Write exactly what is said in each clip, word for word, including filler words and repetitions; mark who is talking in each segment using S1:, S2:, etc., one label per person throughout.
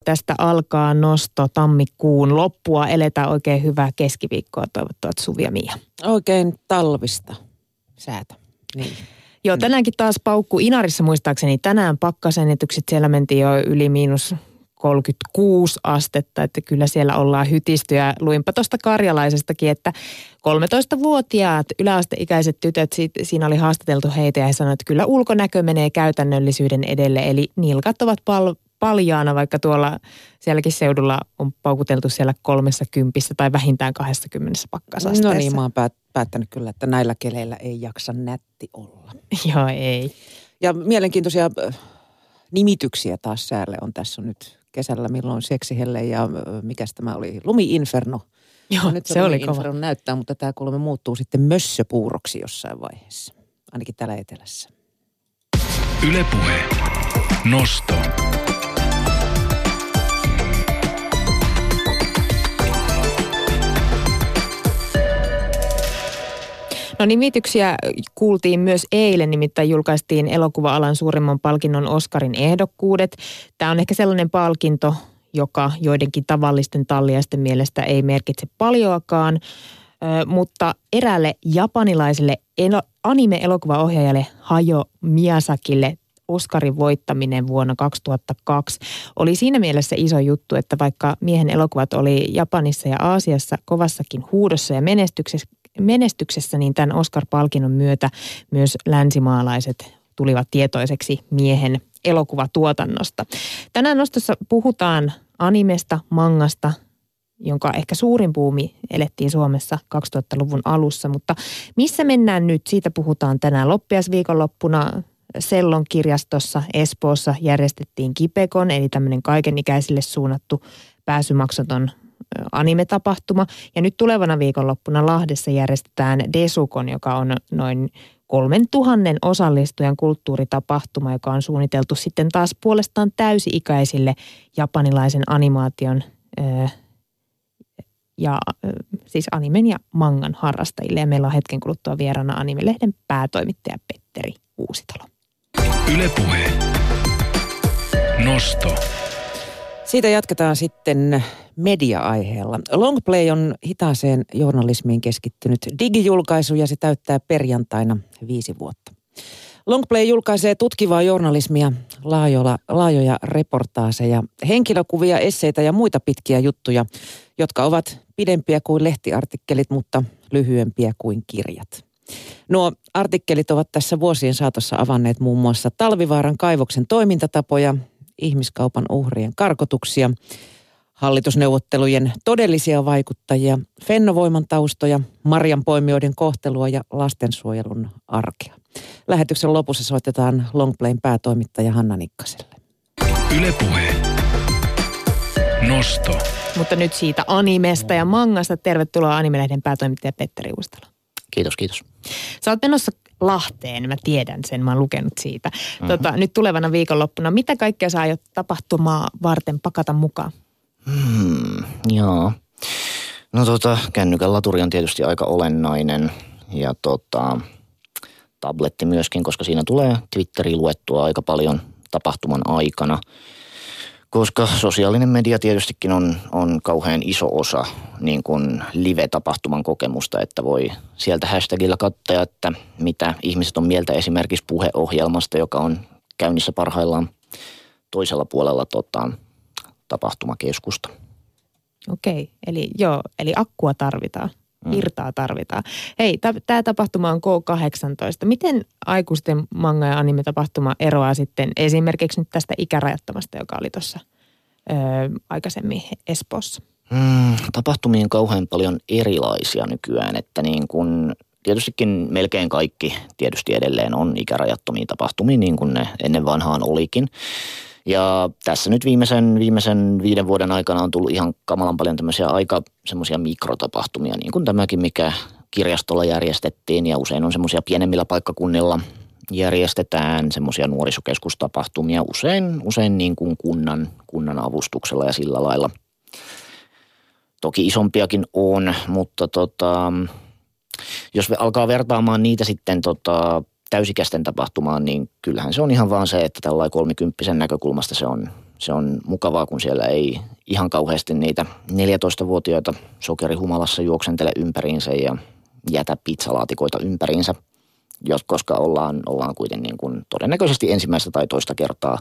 S1: Tästä alkaa nosto tammikuun loppua. Eletään oikein hyvää keskiviikkoa, toivottavasti Suvi ja Mia.
S2: Oikein talvista säätä. Niin.
S1: Joo, tänäänkin taas paukku Inarissa muistaakseni. Tänään pakkasennätykset, siellä mentiin jo yli miinus kolmekymmentäkuusi astetta, että kyllä siellä ollaan hytisty. Ja luinpa tuosta karjalaisestakin, että kolmetoistavuotiaat yläasteikäiset tytöt, siinä oli haastateltu heitä ja he sanoivat, että kyllä ulkonäkö menee käytännöllisyyden edelle. Eli nilkat ovat pal- paljaana, vaikka tuolla sielläkin seudulla on paukuteltu siellä kolmessa kympissä tai vähintään kahdessa kymmenessä pakkasasteessa.
S2: No niin, mä oon päät- päättänyt kyllä, että näillä keleillä ei jaksa nätti olla.
S1: Joo, ei.
S2: Ja mielenkiintoisia nimityksiä taas säälle on tässä nyt kesällä, milloin seksihelle ja mikäs tämä oli, lumi-inferno.
S1: Joo,
S2: nyt
S1: se oli kova.
S2: näyttää, mutta tämä kuulemma muuttuu sitten mössöpuuroksi jossain vaiheessa, ainakin täällä etelässä.
S3: Yle Puhe. Nosto.
S1: No nimityksiä kuultiin myös eilen, nimittäin julkaistiin elokuva-alan suurimman palkinnon Oscarin ehdokkuudet. Tämä on ehkä sellainen palkinto, joka joidenkin tavallisten talliaisten mielestä ei merkitse paljoakaan, mutta eräälle japanilaiselle anime-elokuvaohjaajalle Hayao Miyazakille Oscarin voittaminen vuonna kaksituhattakaksi oli siinä mielessä iso juttu, että vaikka miehen elokuvat oli Japanissa ja Aasiassa kovassakin huudossa ja menestyksessä, menestyksessä, niin tämän Oscar-palkinnon myötä myös länsimaalaiset tulivat tietoiseksi miehen elokuvatuotannosta. Tänään nostossa puhutaan animesta, mangasta, jonka ehkä suurin buumi elettiin Suomessa kaksituhattaluvun alussa, mutta missä mennään nyt? Siitä puhutaan tänään loppiaisviikonloppuna. Sellon kirjastossa Espoossa järjestettiin Kipekon, eli tämmöinen kaikenikäisille suunnattu pääsymaksaton anime-tapahtuma. Ja nyt tulevana viikonloppuna Lahdessa järjestetään Desukon, joka on noin kolmen tuhannen osallistujan kulttuuritapahtuma, joka on suunniteltu sitten taas puolestaan täysi-ikäisille japanilaisen animaation ja siis animen ja mangan harrastajille. Ja meillä on hetken kuluttua vieraana Anime-lehden päätoimittaja Petteri Uusitalo.
S3: Yle Puhe. Nosto.
S2: Siitä jatketaan sitten media-aiheella. Longplay on hitaaseen journalismiin keskittynyt digijulkaisu ja se täyttää perjantaina viisi vuotta. Longplay julkaisee tutkivaa journalismia, laajoja, laajoja reportaaseja, henkilökuvia, esseitä ja muita pitkiä juttuja, jotka ovat pidempiä kuin lehtiartikkelit, mutta lyhyempiä kuin kirjat. Nuo artikkelit ovat tässä vuosien saatossa avanneet muun muassa Talvivaaran kaivoksen toimintatapoja, ihmiskaupan uhrien karkotuksia, hallitusneuvottelujen todellisia vaikuttajia, Fennovoiman taustoja, marjanpoimijoiden kohtelua ja lastensuojelun arkea. Lähetyksen lopussa soitetaan Longplayn päätoimittaja Hanna Nikkaselle.
S3: Yle Puhe. Nosto.
S1: Mutta nyt siitä animesta ja mangasta. Tervetuloa Anime-lehden päätoimittaja Petteri Uusitalo.
S4: Kiitos, kiitos.
S1: Sä oot menossa Lahteen, mä tiedän sen, mä oon lukenut siitä. Mm-hmm. Tota, nyt tulevana viikonloppuna, mitä kaikkea sä aiot tapahtumaa varten pakata mukaan?
S4: Hmm, joo. No tota, kännykän laturi on tietysti aika olennainen ja tota, tabletti myöskin, koska siinä tulee Twitteriin luettua aika paljon tapahtuman aikana. Koska sosiaalinen media tietystikin on, on kauhean iso osa niin kuin live-tapahtuman kokemusta, että voi sieltä hashtagilla katsoa, että mitä ihmiset on mieltä esimerkiksi puheohjelmasta, joka on käynnissä parhaillaan toisella puolella tota, tapahtumakeskusta.
S1: Okei, eli joo, eli akkua tarvitaan, virtaa tarvitaan. Hei, tämä tapahtuma on K kahdeksantoista. Miten aikuisten manga- ja anime-tapahtuma eroaa sitten esimerkiksi nyt tästä ikärajattomasta, joka oli tuossa öö, aikaisemmin Espoossa?
S4: Hmm, tapahtumia on kauhean paljon erilaisia nykyään, että niin kuin tietystikin melkein kaikki tietysti edelleen on ikärajattomia tapahtumia, niin kuin ne ennen vanhaan olikin. Ja tässä nyt viimeisen, viimeisen viiden vuoden aikana on tullut ihan kamalan paljon tämmöisiä aika semmoisia mikrotapahtumia, niin kuin tämäkin, mikä kirjastolla järjestettiin. Ja usein on semmoisia pienemmillä paikkakunnilla järjestetään semmoisia nuorisokeskustapahtumia, usein, usein niin kuin kunnan, kunnan avustuksella ja sillä lailla. Toki isompiakin on, mutta tota, jos alkaa vertaamaan niitä sitten tota, täysikäisten tapahtumaan, niin kyllähän se on ihan vaan se, että tällainen kolmikymppisen näkökulmasta se on, se on mukavaa, kun siellä ei ihan kauheasti niitä neljätoistavuotiaita sokerihumalassa juoksentele ympäriinsä ja jätä pizzalaatikoita ympäriinsä, koska ollaan, ollaan kuitenkin niin kuin todennäköisesti ensimmäistä tai toista kertaa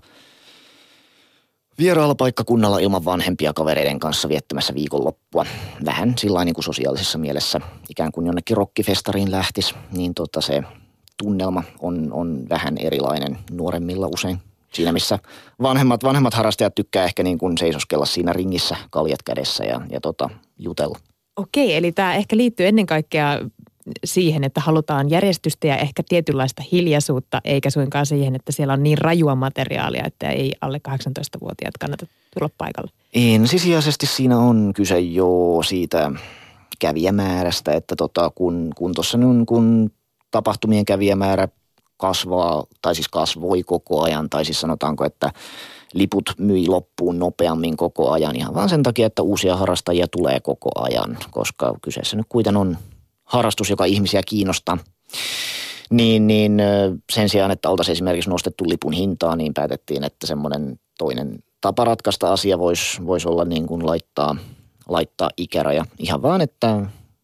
S4: vieraalla paikkakunnalla ilman vanhempia kavereiden kanssa viettämässä viikonloppua. Vähän sillain niin kuin sosiaalisessa mielessä ikään kuin jonnekin rockifestariin lähtisi, niin tota se tunnelma on, on vähän erilainen nuoremmilla usein. Siinä missä vanhemmat, vanhemmat harrastajat tykkää ehkä niin kuin seisoskella siinä ringissä kaljat kädessä ja, ja tota, jutella.
S1: Okei, eli tämä ehkä liittyy ennen kaikkea siihen, että halutaan järjestystä ja ehkä tietynlaista hiljaisuutta, eikä suinkaan siihen, että siellä on niin rajua materiaalia, että ei alle kahdeksantoistavuotiaat kannata tulla paikalle.
S4: Ensisijaisesti siinä on kyse jo siitä kävijämäärästä, että tota, kun, kun tuossa nyt kun tapahtumien kävijämäärä kasvaa, tai siis kasvoi koko ajan, tai siis sanotaanko, että liput myi loppuun nopeammin koko ajan ihan vaan sen takia, että uusia harrastajia tulee koko ajan, koska kyseessä nyt kuitenkin on harrastus, joka ihmisiä kiinnostaa. Niin, niin sen sijaan, että oltaisiin esimerkiksi nostettu lipun hintaa, niin päätettiin, että semmoinen toinen tapa ratkaista asia voisi vois olla niin kuin laittaa, laittaa ikäraja. Ihan vaan, että,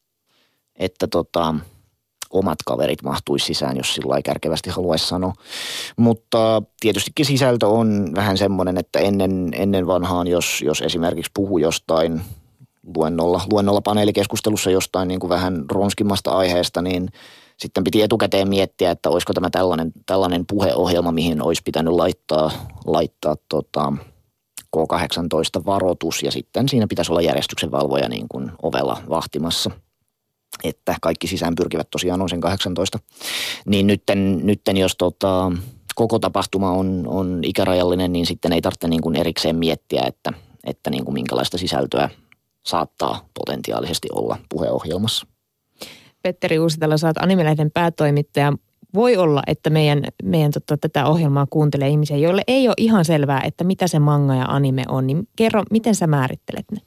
S4: että tota, omat kaverit mahtuisi sisään, jos sillä ei kärkevästi haluaisi sanoa. Mutta tietystikin sisältö on vähän semmoinen, että ennen, ennen vanhaan, jos, jos esimerkiksi puhui jostain luennolla, luennolla paneelikeskustelussa jostain niin kuin vähän ronskimmasta aiheesta, niin sitten piti etukäteen miettiä, että olisiko tämä tällainen, tällainen puheohjelma, mihin olisi pitänyt laittaa, laittaa tota K kahdeksantoista varoitus ja sitten siinä pitäisi olla järjestyksenvalvoja niin kuin ovella vahtimassa, että kaikki sisään pyrkivät tosiaan on sen kahdeksantoista. Niin nytten, nytten jos tota, koko tapahtuma on, on ikärajallinen, niin sitten ei tarvitse niin kuin erikseen miettiä, että, että niin kuin minkälaista sisältöä saattaa potentiaalisesti olla puheohjelmassa.
S1: Petteri Uusitalo, sä oot Anime-lehden päätoimittaja. Voi olla, että meidän, meidän tota, tätä ohjelmaa kuuntelee ihmisiä, joille ei ole ihan selvää, että mitä se manga ja anime on. Niin kerro, miten sä määrittelet ne?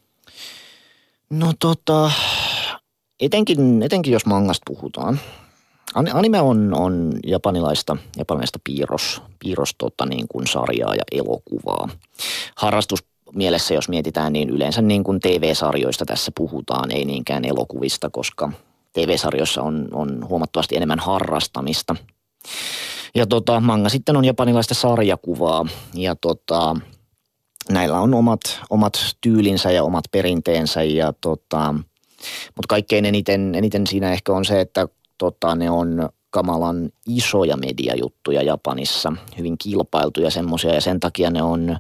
S4: No tota, etenkin, etenkin jos mangasta puhutaan. Anime on, on japanilaista, japanilaista piirros, piirros tota, niin kuin sarjaa ja elokuvaa. Harrastus mielessä, jos mietitään, niin yleensä niin kuin T V-sarjoista tässä puhutaan, ei niinkään elokuvista, koska T V-sarjoissa on, on huomattavasti enemmän harrastamista. Ja tota, manga sitten on japanilaista sarjakuvaa ja tota, näillä on omat, omat tyylinsä ja omat perinteensä ja tota, mutta kaikkein eniten, eniten siinä ehkä on se, että tota, ne on kamalan isoja mediajuttuja Japanissa, hyvin kilpailtuja semmoisia ja sen takia ne on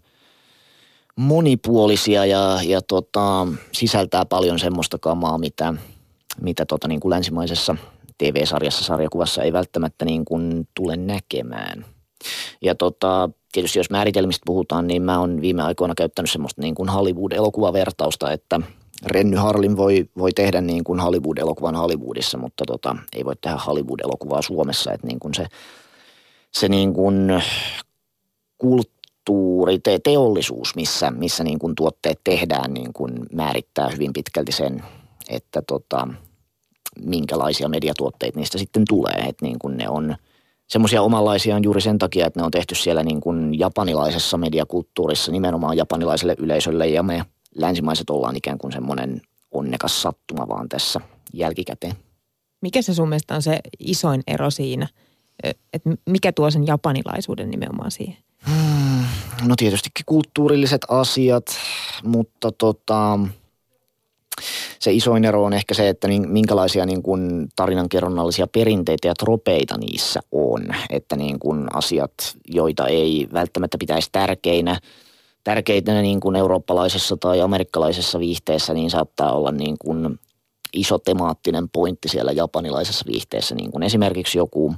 S4: monipuolisia ja, ja tota, sisältää paljon semmoista kamaa, mitä, mitä tota, niin kuin länsimaisessa T V-sarjassa, sarjakuvassa ei välttämättä niin kuin tule näkemään. Ja tota, tietysti jos määritelmistä puhutaan, niin mä oon viime aikoina käyttänyt semmoista niin kuin Hollywood-elokuvavertausta, että Renny Harlin voi, voi tehdä niin kuin Hollywood-elokuvan Hollywoodissa, mutta tota, ei voi tehdä Hollywood-elokuvaa Suomessa, että niin kuin se, se niin kuin kulttuuri, te, teollisuus, missä, missä niin kuin tuotteet tehdään, niin kuin määrittää hyvin pitkälti sen, että tota, minkälaisia mediatuotteita niistä sitten tulee, että niin kuin ne on semmoisia omanlaisiaan juuri sen takia, että ne on tehty siellä niin kuin japanilaisessa mediakulttuurissa nimenomaan japanilaiselle yleisölle ja me länsimaiset ollaan ikään kuin semmoinen onnekas sattuma vaan tässä jälkikäteen.
S1: Mikä se sun mielestä on se isoin ero siinä? Että mikä tuo sen japanilaisuuden nimenomaan siihen?
S4: Hmm, no tietystikin kulttuurilliset asiat, mutta tota, se isoin ero on ehkä se, että minkälaisia niin kuin tarinankerronnallisia perinteitä ja tropeita niissä on. Että niin kuin asiat, joita ei välttämättä pitäisi tärkeinä, tärkeinä niin kuin eurooppalaisessa tai amerikkalaisessa viihteessä, niin saattaa olla niin kuin iso temaattinen pointti siellä japanilaisessa viihteessä. Niin kuin esimerkiksi joku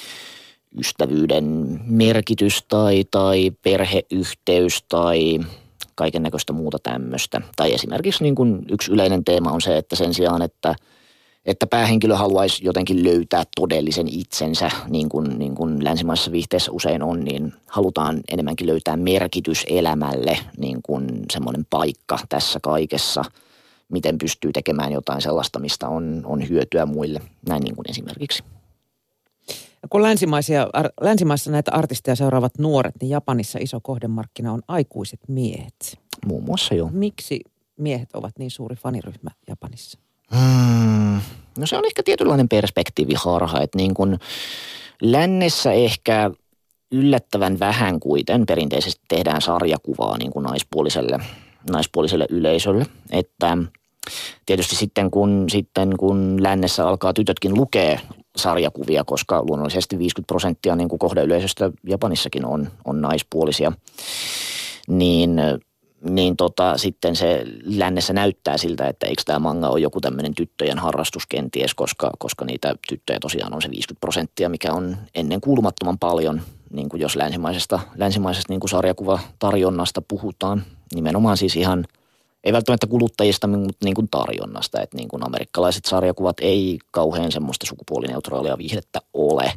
S4: ystävyyden merkitys tai, tai perheyhteys tai kaiken näköistä muuta tämmöistä. Tai esimerkiksi niin kuin yksi yleinen teema on se, että sen sijaan, että, että päähenkilö haluaisi jotenkin löytää todellisen itsensä, niin kuin, niin kuin länsimaisessa viihteessä usein on, niin halutaan enemmänkin löytää merkitys elämälle, niin kuin semmoinen paikka tässä kaikessa, miten pystyy tekemään jotain sellaista, mistä on, on hyötyä muille, näin niin kuin esimerkiksi.
S2: Kun länsimaisia, länsimaissa näitä artisteja seuraavat nuoret, niin Japanissa iso kohdemarkkina on aikuiset miehet.
S4: Muun muassa joo.
S2: Miksi miehet ovat niin suuri faniryhmä Japanissa?
S4: Hmm. No se on ehkä tietynlainen perspektiiviharha, että niin kuin lännessä ehkä yllättävän vähän kuiten perinteisesti tehdään sarjakuvaa niin kuin naispuoliselle, naispuoliselle yleisölle, että tietysti sitten kun, sitten kun lännessä alkaa tytötkin lukea sarjakuvia, koska luonnollisesti viisikymmentä prosenttia niin kuin kohdeyleisöstä Japanissakin on, on naispuolisia, niin, niin tota, sitten se lännessä näyttää siltä, että eikö tämä manga ole joku tämmöinen tyttöjen harrastus kenties, koska, koska niitä tyttöjä tosiaan on se viisikymmentä prosenttia, mikä on ennen kuulumattoman paljon, niin kuin jos länsimaisesta, länsimaisesta niin kuin sarjakuvatarjonnasta puhutaan, nimenomaan siis ihan ei välttämättä kuluttajista, mutta niin kuin tarjonnasta, että niin kuin amerikkalaiset sarjakuvat ei kauhean semmoista sukupuolineutraalia viihdettä ole.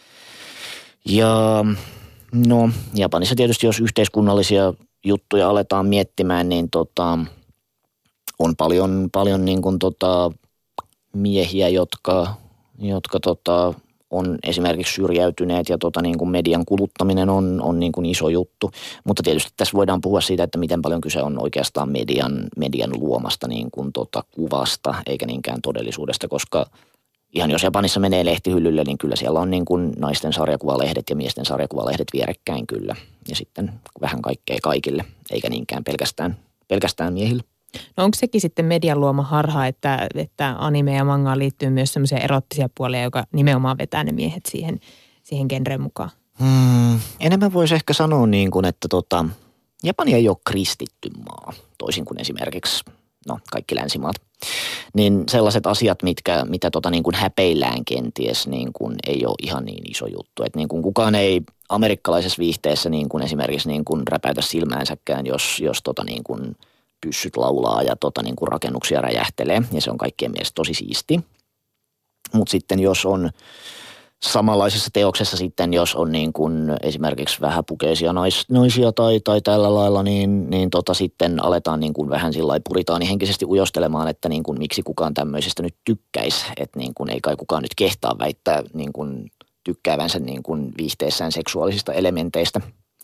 S4: Ja no Japanissa tietysti, jos yhteiskunnallisia juttuja aletaan miettimään, niin tota, on paljon, paljon niin kuin tota miehiä, jotka, jotka tota on esimerkiksi syrjäytyneet ja tota niin kuin median kuluttaminen on, on niin kuin iso juttu. Mutta tietysti tässä voidaan puhua siitä, että miten paljon kyse on oikeastaan median, median luomasta niin kuin tota kuvasta eikä niinkään todellisuudesta, koska ihan jos Japanissa menee lehtihyllylle, niin kyllä siellä on niin kuin naisten sarjakuvalehdet ja miesten sarjakuvalehdet vierekkäin kyllä. Ja sitten vähän kaikkea kaikille, eikä niinkään pelkästään, pelkästään miehille.
S1: No onko sekin sitten median luoma harha, että, että anime ja mangaan liittyy myös semmoisia erottisia puolia, joka nimenomaan vetää ne miehet siihen, siihen genreen mukaan?
S4: Hmm, enemmän voisi ehkä sanoa niin kuin, että tota, Japani ei ole kristitty maa, toisin kuin esimerkiksi no, kaikki länsimaat. Niin sellaiset asiat, mitkä, mitä tota niin kuin häpeillään kenties, niin kuin ei ole ihan niin iso juttu. Että niin kuin kukaan ei amerikkalaisessa viihteessä niin kuin esimerkiksi niin kuin räpäytä silmäänsäkään, jos, jos tota niin kuin pyssyt laulaa ja tota niin kuin rakennuksia räjähtelee, ja se on kaikkien mielestä tosi siisti. Mutta sitten jos on samanlaisessa teoksessa sitten, jos on niin kuin esimerkiksi vähäpukeisia nais, naisia tai, tai tällä lailla, niin, niin tota sitten aletaan niin kuin vähän sillä lailla puritaanihenkisesti ujostelemaan, että niin kuin miksi kukaan tämmöisestä nyt tykkäisi, että niin kuin ei kai kukaan nyt kehtaa väittää niin kuin tykkäävänsä niin kuin viihteessään seksuaalisista elementeistä.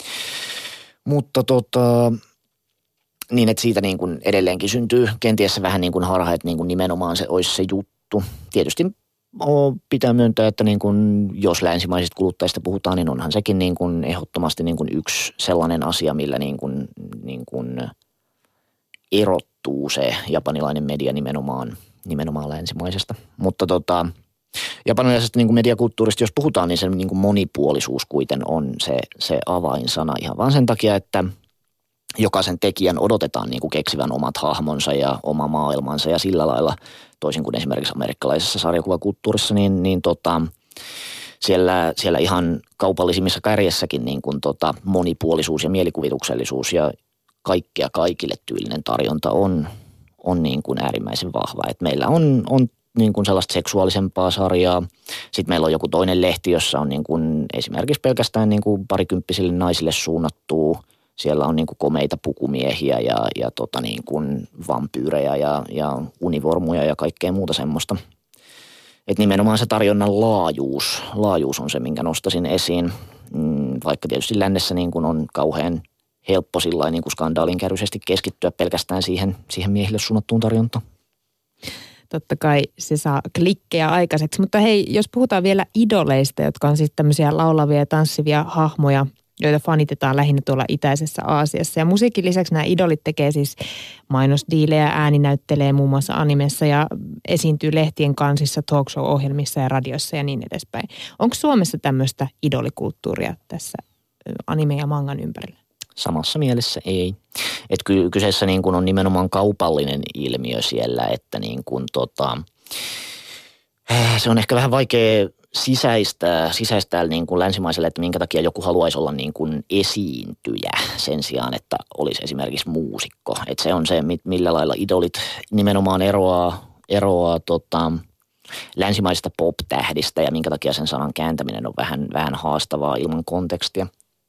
S4: Mutta tota niin, että siitä niin kuin edelleenkin syntyy kenties vähän niin kuin harha, että niin kuin nimenomaan se olisi se juttu. Tietysti pitää myöntää, että niin kuin jos länsimaisista kuluttajista puhutaan, niin onhan sekin niin kuin ehdottomasti niin kuin yksi sellainen asia, millä niin kuin, niin kuin erottuu se japanilainen media nimenomaan, nimenomaan länsimaisesta. Mutta tota, japanilaisesta niin kuin mediakulttuurista, jos puhutaan, niin se niin kuin monipuolisuus kuiten on se, se avainsana ihan vaan sen takia, että jokaisen tekijän odotetaan niin kuin keksivän omat hahmonsa ja oma maailmansa ja sillä lailla, toisin kuin esimerkiksi amerikkalaisessa sarjakuvakulttuurissa, niin, niin tota, siellä, siellä ihan kaupallisimmissa kärjessäkin niin kuin tota monipuolisuus ja mielikuvituksellisuus ja kaikkea kaikille tyylinen tarjonta on, on niin kuin äärimmäisen vahva. Et meillä on, on niin kuin sellaista seksuaalisempaa sarjaa. Sitten meillä on joku toinen lehti, jossa on niin kuin esimerkiksi pelkästään niin kuin parikymppisille naisille suunnattua. Siellä on niin kuin komeita pukumiehiä ja, ja tota niin kuin vampyyrejä ja, ja univormuja ja kaikkea muuta semmoista. Et nimenomaan se tarjonnan laajuus, laajuus on se, minkä nostaisin esiin. Vaikka tietysti lännessä niin kuin on kauhean helppo sillain niin kuin skandaalinkäryisesti keskittyä pelkästään siihen, siihen miehille suunnattuun tarjontaan.
S1: Totta kai se saa klikkejä aikaiseksi. Mutta hei, jos puhutaan vielä idoleista, jotka on sitten tämmöisiä laulavia ja tanssivia hahmoja, joita fanitetaan lähinnä tuolla itäisessä Aasiassa. Ja musiikin lisäksi nämä idolit tekee siis mainosdiilejä, ääninäyttelee muun muassa animessa ja esiintyy lehtien kansissa, talkshow-ohjelmissa ja radiossa ja niin edespäin. Onko Suomessa tämmöistä idolikulttuuria tässä anime- ja mangan ympärillä?
S4: Samassa mielessä ei. Et ky- kyseessä niin kun on nimenomaan kaupallinen ilmiö siellä, että niin kun tota, se on ehkä vähän vaikea sisäistää, sisäistää niin kuin länsimaiselle, että minkä takia joku haluaisi olla niin kuin esiintyjä sen sijaan, että olisi esimerkiksi muusikko. Että se on se, millä lailla idolit nimenomaan eroaa, eroaa tota, länsimaisista pop-tähdistä ja minkä takia sen sanan kääntäminen on vähän, vähän haastavaa ilman kontekstia.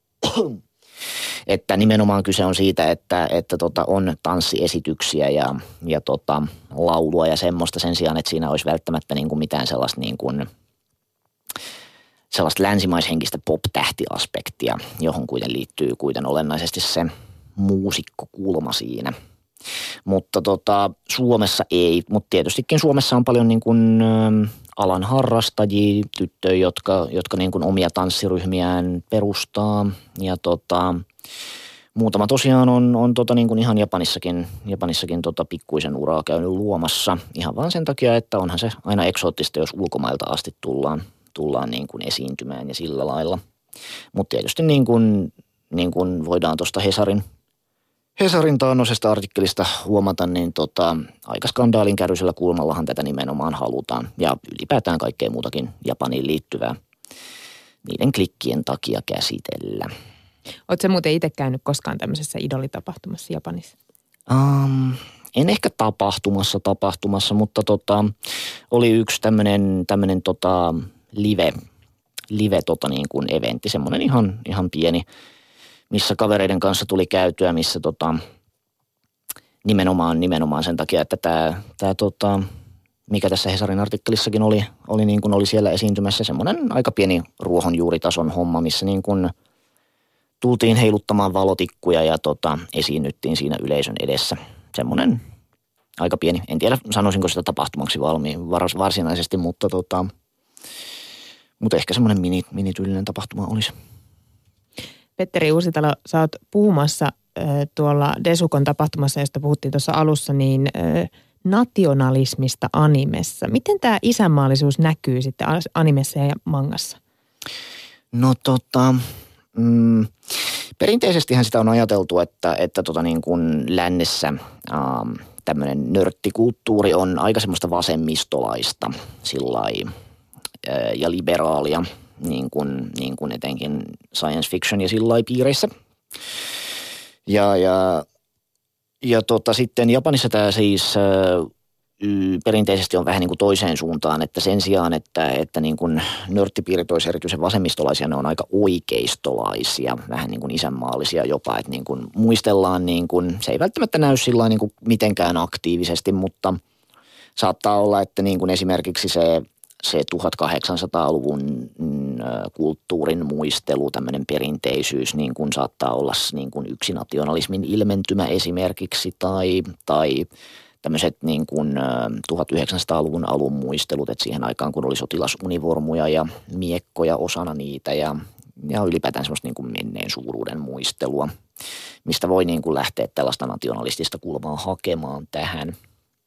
S4: Että nimenomaan kyse on siitä, että, että tota on tanssiesityksiä ja, ja tota laulua ja semmoista sen sijaan, että siinä olisi välttämättä niin kuin mitään sellaista niin kuin sellaista länsimaishenkistä pop-tähtiaspektia, johon kuiten liittyy kuiten olennaisesti se muusikkokulma siinä. Mutta tota, Suomessa ei, mutta tietystikin Suomessa on paljon niin kuin, ä, alan harrastajia, tyttöjä, jotka, jotka niin kuin omia tanssiryhmiään perustaa ja tota, muutama tosiaan on, on tota niin kuin ihan Japanissakin, Japanissakin tota pikkuisen uraa käynyt luomassa ihan vaan sen takia, että onhan se aina eksoottista, jos ulkomailta asti tullaan, tullaan niin kuin esiintymään ja sillä lailla. Mutta tietysti niin kuin, niin kuin voidaan tuosta Hesarin, Hesarin taannoisesta artikkelista huomata, niin tota, aika skandaalin kärryisellä kulmallahan tätä nimenomaan halutaan ja ylipäätään kaikkea muutakin Japaniin liittyvää niiden klikkien takia käsitellä.
S1: Oletko sä muuten itse käynyt koskaan tämmöisessä idolitapahtumassa Japanissa?
S4: Um, en ehkä tapahtumassa tapahtumassa, mutta tota, oli yksi tämmöinen tämmöinen tota live, live tota niin kuin eventti, semmoinen ihan, ihan pieni, missä kavereiden kanssa tuli käytyä, missä tota, nimenomaan, nimenomaan sen takia, että tämä, tämä tota, mikä tässä Hesarin artikkelissakin oli, oli, niin kuin oli siellä esiintymässä, semmoinen aika pieni ruohonjuuritason homma, missä niin kuin tultiin heiluttamaan valotikkuja ja tota, esiinnyttiin siinä yleisön edessä. Semmoinen aika pieni, en tiedä sanoisinko sitä tapahtumaksi valmiin vars, varsinaisesti, mutta, tota, mutta ehkä semmoinen mini, minityylinen tapahtuma olisi.
S1: Petteri Uusitalo, sä oot puhumassa äh, tuolla Desukon tapahtumassa, josta puhuttiin tuossa alussa, niin äh, nationalismista animessa. Miten tämä isänmaallisuus näkyy sitten animessa ja mangassa?
S4: No tota... Mm, perinteisestihän sitä on ajateltu, että, että tota niin kuin lännessä ähm, tämmöinen nörttikulttuuri on aika semmoista vasemmistolaista sillai, äh, ja liberaalia, niin kuin, niin kuin etenkin science fiction ja sillai piireissä. Ja, ja, ja tota, sitten Japanissa tämä siis äh, perinteisesti on vähän niin kuin toiseen suuntaan, että sen sijaan, että, että niin kuin nörttipiirit olisi erityisen vasemmistolaisia, ne on aika oikeistolaisia, vähän niin kuin isänmaallisia jopa, että niin kuin muistellaan niin kuin, se ei välttämättä näy sillä niin kuin mitenkään aktiivisesti, mutta saattaa olla, että niin kuin esimerkiksi se, se tuhatkahdeksansataaluvun kulttuurin muistelu, tämmöinen perinteisyys, niin kuin saattaa olla niin kuin yksi nationalismin ilmentymä esimerkiksi tai, tai tämmöiset niin kuin tuhatyhdeksänsataaluvun alun muistelut, että siihen aikaan kun oli sotilasunivormuja ja miekkoja osana niitä ja, ja ylipäätään semmoista niin kuin menneen suuruuden muistelua, mistä voi niin kuin lähteä tällaista nationalistista kulmaa hakemaan tähän.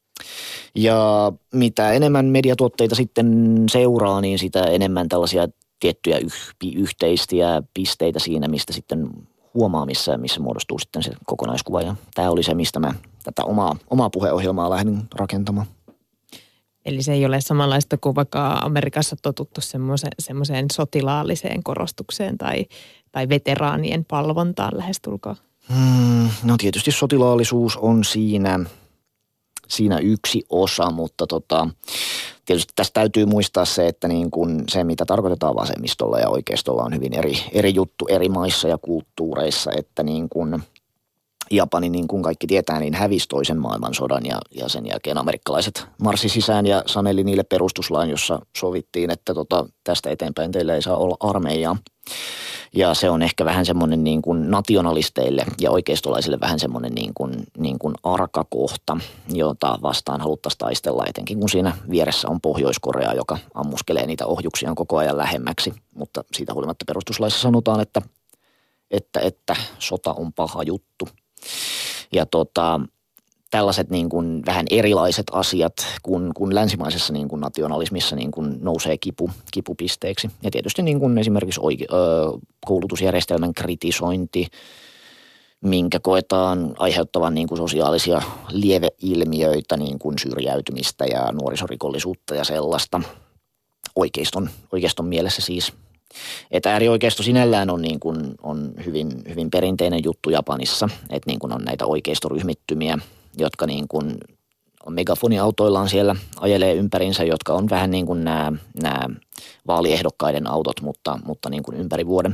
S4: Ja mitä enemmän mediatuotteita sitten seuraa, niin sitä enemmän tällaisia tiettyjä yh- yhteistiä pisteitä siinä, mistä sitten huomaa, missä, missä muodostuu sitten se kokonaiskuva. Ja tämä oli se, mistä mä tätä omaa, omaa puheohjelmaa lähdin rakentamaan.
S1: Eli se ei ole samanlaista kuin vaikka Amerikassa totuttu semmoiseen sotilaalliseen korostukseen tai, tai veteraanien palvontaan lähestulkoon?
S4: Hmm, no tietysti sotilaallisuus on siinä, siinä yksi osa, mutta tota, tietysti tässä täytyy muistaa se, että niin kun se, mitä tarkoitetaan vasemmistolla ja oikeistolla on hyvin eri, eri juttu eri maissa ja kulttuureissa, että niin kun Japani, niin kuin kaikki tietää, niin hävisi toisen maailmansodan ja, ja sen jälkeen amerikkalaiset marssi sisään ja saneli niille perustuslain, jossa sovittiin, että tota, tästä eteenpäin teillä ei saa olla armeijaa. Ja se on ehkä vähän semmoinen niin kuin nationalisteille ja oikeistolaisille vähän semmoinen niin kuin, niin kuin arka kohta, jota vastaan haluttaisiin taistella, etenkin kun siinä vieressä on Pohjois-Korea, joka ammuskelee niitä ohjuksiaan koko ajan lähemmäksi. Mutta siitä huolimatta perustuslaissa sanotaan, että, että, että sota on paha juttu. Ja tota, tällaiset niin kuin vähän erilaiset asiat kuin, kuin länsimaisessa niin kuin nationalismissa niin kuin nousee kipu, kipupisteeksi. Ja tietysti niin kuin esimerkiksi oike, ö, koulutusjärjestelmän kritisointi, minkä koetaan aiheuttavan niin kuin sosiaalisia lieveilmiöitä, niin kuin syrjäytymistä ja nuorisorikollisuutta ja sellaista oikeiston, oikeiston mielessä siis. Että äärioikeisto sinällään on, niin kuin, on hyvin, hyvin perinteinen juttu Japanissa, että niin kuin on näitä oikeistoryhmittymiä, jotka niin kuin megafoniautoillaan siellä ajelee ympärinsä, jotka on vähän niin kuin nämä, nämä vaaliehdokkaiden autot, mutta, mutta niin kuin ympäri vuoden.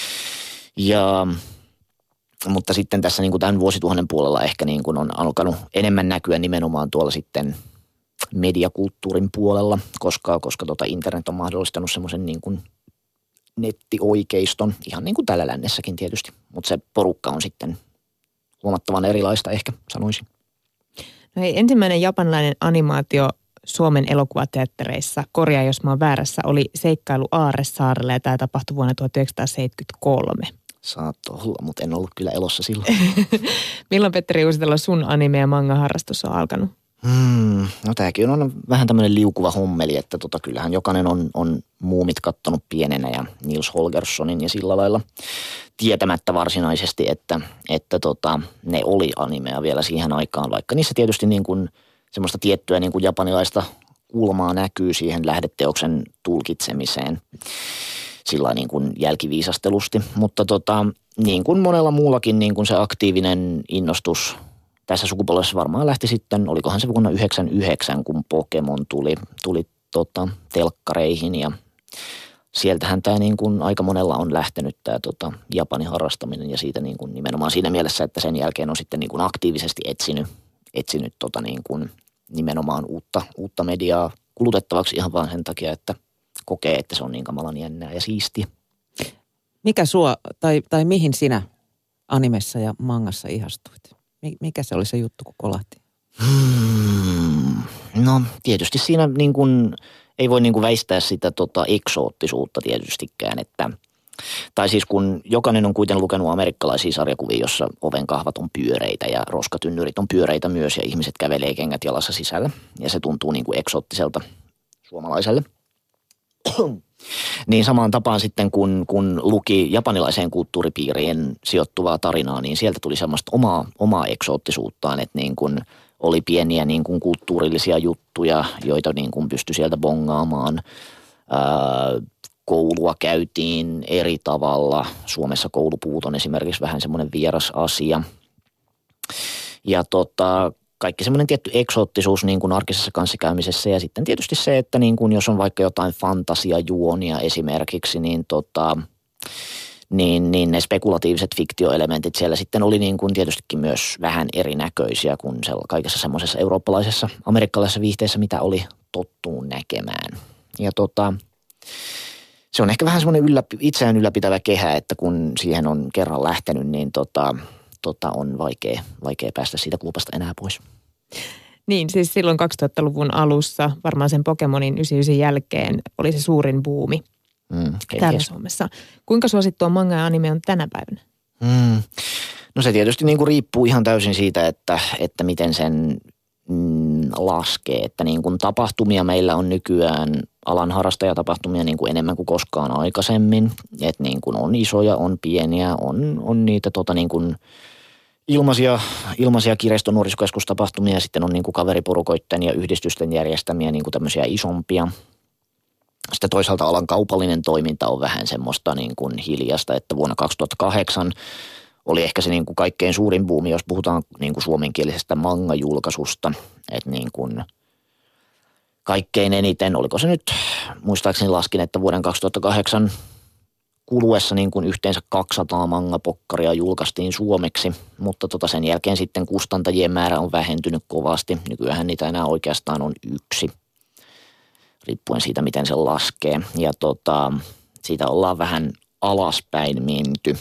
S4: Ja, mutta sitten tässä niin kuin tämän vuosituhannen puolella ehkä niin kuin on alkanut enemmän näkyä nimenomaan tuolla sitten mediakulttuurin puolella, koska, koska tota internet on mahdollistanut semmoisen niin kuin nettioikeiston, ihan niin kuin täällä lännessäkin tietysti, mutta se porukka on sitten huomattavan erilaista ehkä, sanoisin.
S1: No hei, ensimmäinen japanilainen animaatio Suomen elokuvateattereissa, korjaa jos mä oon väärässä, oli Seikkailu Aarresaarella ja tämä tapahtui vuonna tuhatyhdeksänsataaseitsemänkymmentäkolme.
S4: Saat olla, mutta en ollut kyllä elossa silloin.
S1: Milloin, Petteri Uusitalo, sun anime- ja manga-harrastus on alkanut?
S4: Hmm, no tämäkin on vähän tämmöinen liukuva hommeli, että tota, kyllähän jokainen on, on Muumit kattonut pienenä ja Nils Holgerssonin ja sillä lailla tietämättä varsinaisesti, että, että tota, ne oli animea vielä siihen aikaan, vaikka niissä tietysti niin kuin semmoista tiettyä niin kuin japanilaista kulmaa näkyy siihen lähdeteoksen tulkitsemiseen sillä niin kuin jälkiviisastelusti, mutta tota, niin kuin monella muullakin niin kuin se aktiivinen innostus tässä sukupolvessa varmaan lähti sitten, olikohan se vuonna yhdeksänkymmentäyhdeksän, kun Pokemon tuli, tuli tota, telkkareihin ja sieltähän tämä niin kuin aika monella on lähtenyt tämä tota, Japanin harrastaminen ja siitä niin kuin nimenomaan siinä mielessä, että sen jälkeen on sitten niin kuin aktiivisesti etsinyt, etsinyt tota niin kuin nimenomaan uutta, uutta mediaa kulutettavaksi ihan vaan sen takia, että kokee, että se on niin kamalan jännää ja siistiä.
S2: Mikä sua, tai, tai mihin sinä animessa ja mangassa ihastuit? Mikä se oli se juttu, kun kolahti?
S4: Hmm, no tietysti siinä niin kuin, ei voi niin kuin väistää sitä tota eksoottisuutta tietystikään, että tai siis kun jokainen on kuitenkin lukenut amerikkalaisia sarjakuvia, jossa ovenkahvat on pyöreitä ja roskatynnyrit on pyöreitä myös ja ihmiset kävelee kengät jalassa sisällä ja se tuntuu niin kuin eksoottiselta suomalaiselle. Niin samaan tapaan sitten, kun, kun luki japanilaiseen kulttuuripiiriin sijoittuvaa tarinaa, niin sieltä tuli semmoista omaa, omaa eksoottisuuttaan, että niin kuin oli pieniä niin kuin kulttuurillisia juttuja, joita niin kuin pystyi sieltä bongaamaan. Ää, koulua käytiin eri tavalla. Suomessa koulupuut on esimerkiksi vähän semmoinen vieras asia. Ja tota... Kaikki semmoinen tietty eksoottisuus niin kuin arkisessa kanssakäymisessä ja sitten tietysti se, että niin kuin jos on vaikka jotain fantasiajuonia esimerkiksi, niin, tota, niin, niin ne spekulatiiviset fiktioelementit siellä sitten oli niin kuin tietystikin myös vähän erinäköisiä kuin se kaikessa semmoisessa eurooppalaisessa, amerikkalaisessa viihteessä, mitä oli tottuun näkemään. Ja tota, se on ehkä vähän semmoinen ylläpi, itseään ylläpitävä kehä, että kun siihen on kerran lähtenyt, niin tota... Tota on vaikea, vaikea päästä siitä kuopasta enää pois.
S1: Niin, siis silloin kaksituhattaluvun alussa, varmaan sen Pokemonin yhdeksänkymmentäyhdeksän jälkeen, oli se suurin buumi mm, täällä Suomessa. Kuinka suosittua manga ja anime on tänä päivänä?
S4: Mm. No se tietysti niin kuin riippuu ihan täysin siitä, että, että miten sen mm, laskee. Että niin kuin tapahtumia meillä on nykyään, alan harrastajatapahtumia niin kuin enemmän kuin koskaan aikaisemmin. Että niin kuin on isoja, on pieniä, on, on niitä tota niin kuin ilmaisia, ilmaisia kirjaston nuorisokeskustapahtumia ja sitten on niin kuin kaveriporukoitten ja yhdistysten järjestämiä niin kuin tämmöisiä isompia. Sitten toisaalta alan kaupallinen toiminta on vähän semmoista niin kuin hiljasta, että vuonna kaksituhattakahdeksan oli ehkä se niin kuin kaikkein suurin buumi, jos puhutaan niin kuin suomenkielisestä manga-julkaisusta, että niin kuin kaikkein eniten, oliko se nyt, muistaakseni laskin, että vuoden kaksituhattakahdeksan kuluessa niin kuin yhteensä kaksisataa mangapokkaria julkaistiin suomeksi, mutta tota sen jälkeen sitten kustantajien määrä on vähentynyt kovasti. Nykyään niitä enää oikeastaan on yksi, riippuen siitä, miten se laskee. Ja tota, siitä ollaan vähän alaspäin menty.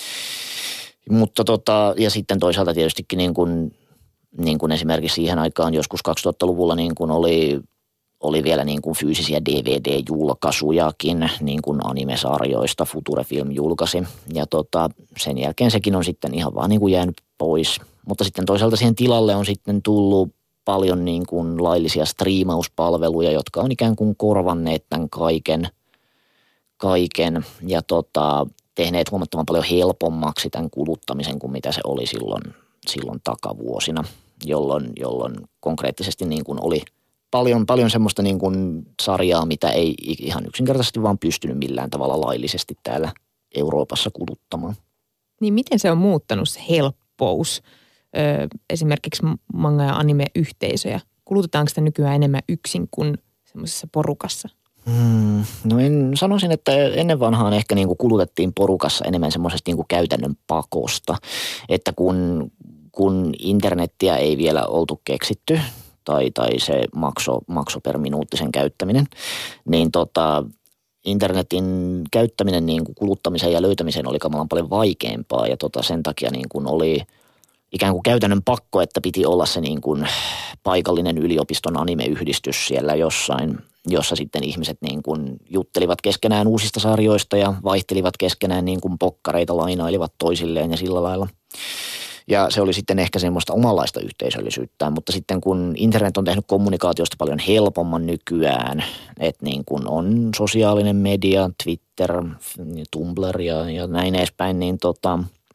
S4: Mutta tota, ja sitten toisaalta tietystikin niin kuin, niin kuin esimerkiksi siihen aikaan joskus kaksituhattaluvulla niin kuin oli, oli vielä niin kuin fyysisiä D V D-julkaisujakin niin kuin anime-sarjoista Future Film julkaisi. Ja tota, sen jälkeen sekin on sitten ihan vaan niin kuin jäänyt pois. Mutta sitten toisaalta siihen tilalle on sitten tullut paljon niin kuin laillisia striimauspalveluja, jotka on ikään kuin korvanneet tämän kaiken. kaiken. Ja tota, tehneet huomattavan paljon helpommaksi tämän kuluttamisen kuin mitä se oli silloin, silloin takavuosina, jolloin, jolloin konkreettisesti niin kuin oli paljon, paljon semmoista niin kuin sarjaa, mitä ei ihan yksinkertaisesti vaan pystynyt millään tavalla laillisesti täällä Euroopassa kuluttamaan.
S1: Niin miten se on muuttanut se helppous, öö, esimerkiksi manga- ja anime-yhteisöjä? Kulutetaanko sitä nykyään enemmän yksin kuin semmoisessa porukassa?
S4: Hmm, no en sanoisin, että ennen vanhaan ehkä niin kuin kulutettiin porukassa enemmän semmoisesta niin kuin käytännön pakosta, että kun, kun internettiä ei vielä oltu keksitty tai, tai se makso, makso per minuutti sen käyttäminen, niin tota, internetin käyttäminen niin kuin kuluttamiseen ja löytämiseen oli kamalan paljon vaikeampaa ja tota sen takia niin kuin oli ikään kuin käytännön pakko, että piti olla se niin kuin paikallinen yliopiston animeyhdistys siellä jossain, jossa sitten ihmiset niin kuin juttelivat keskenään uusista sarjoista ja vaihtelivat keskenään niin kuin pokkareita, lainailivat toisilleen ja sillä lailla. Ja se oli sitten ehkä semmoista omanlaista yhteisöllisyyttä, mutta sitten kun internet on tehnyt kommunikaatiosta paljon helpomman nykyään, että niin kuin on sosiaalinen media, Twitter, Tumblr ja, ja näin edespäin, niin tota,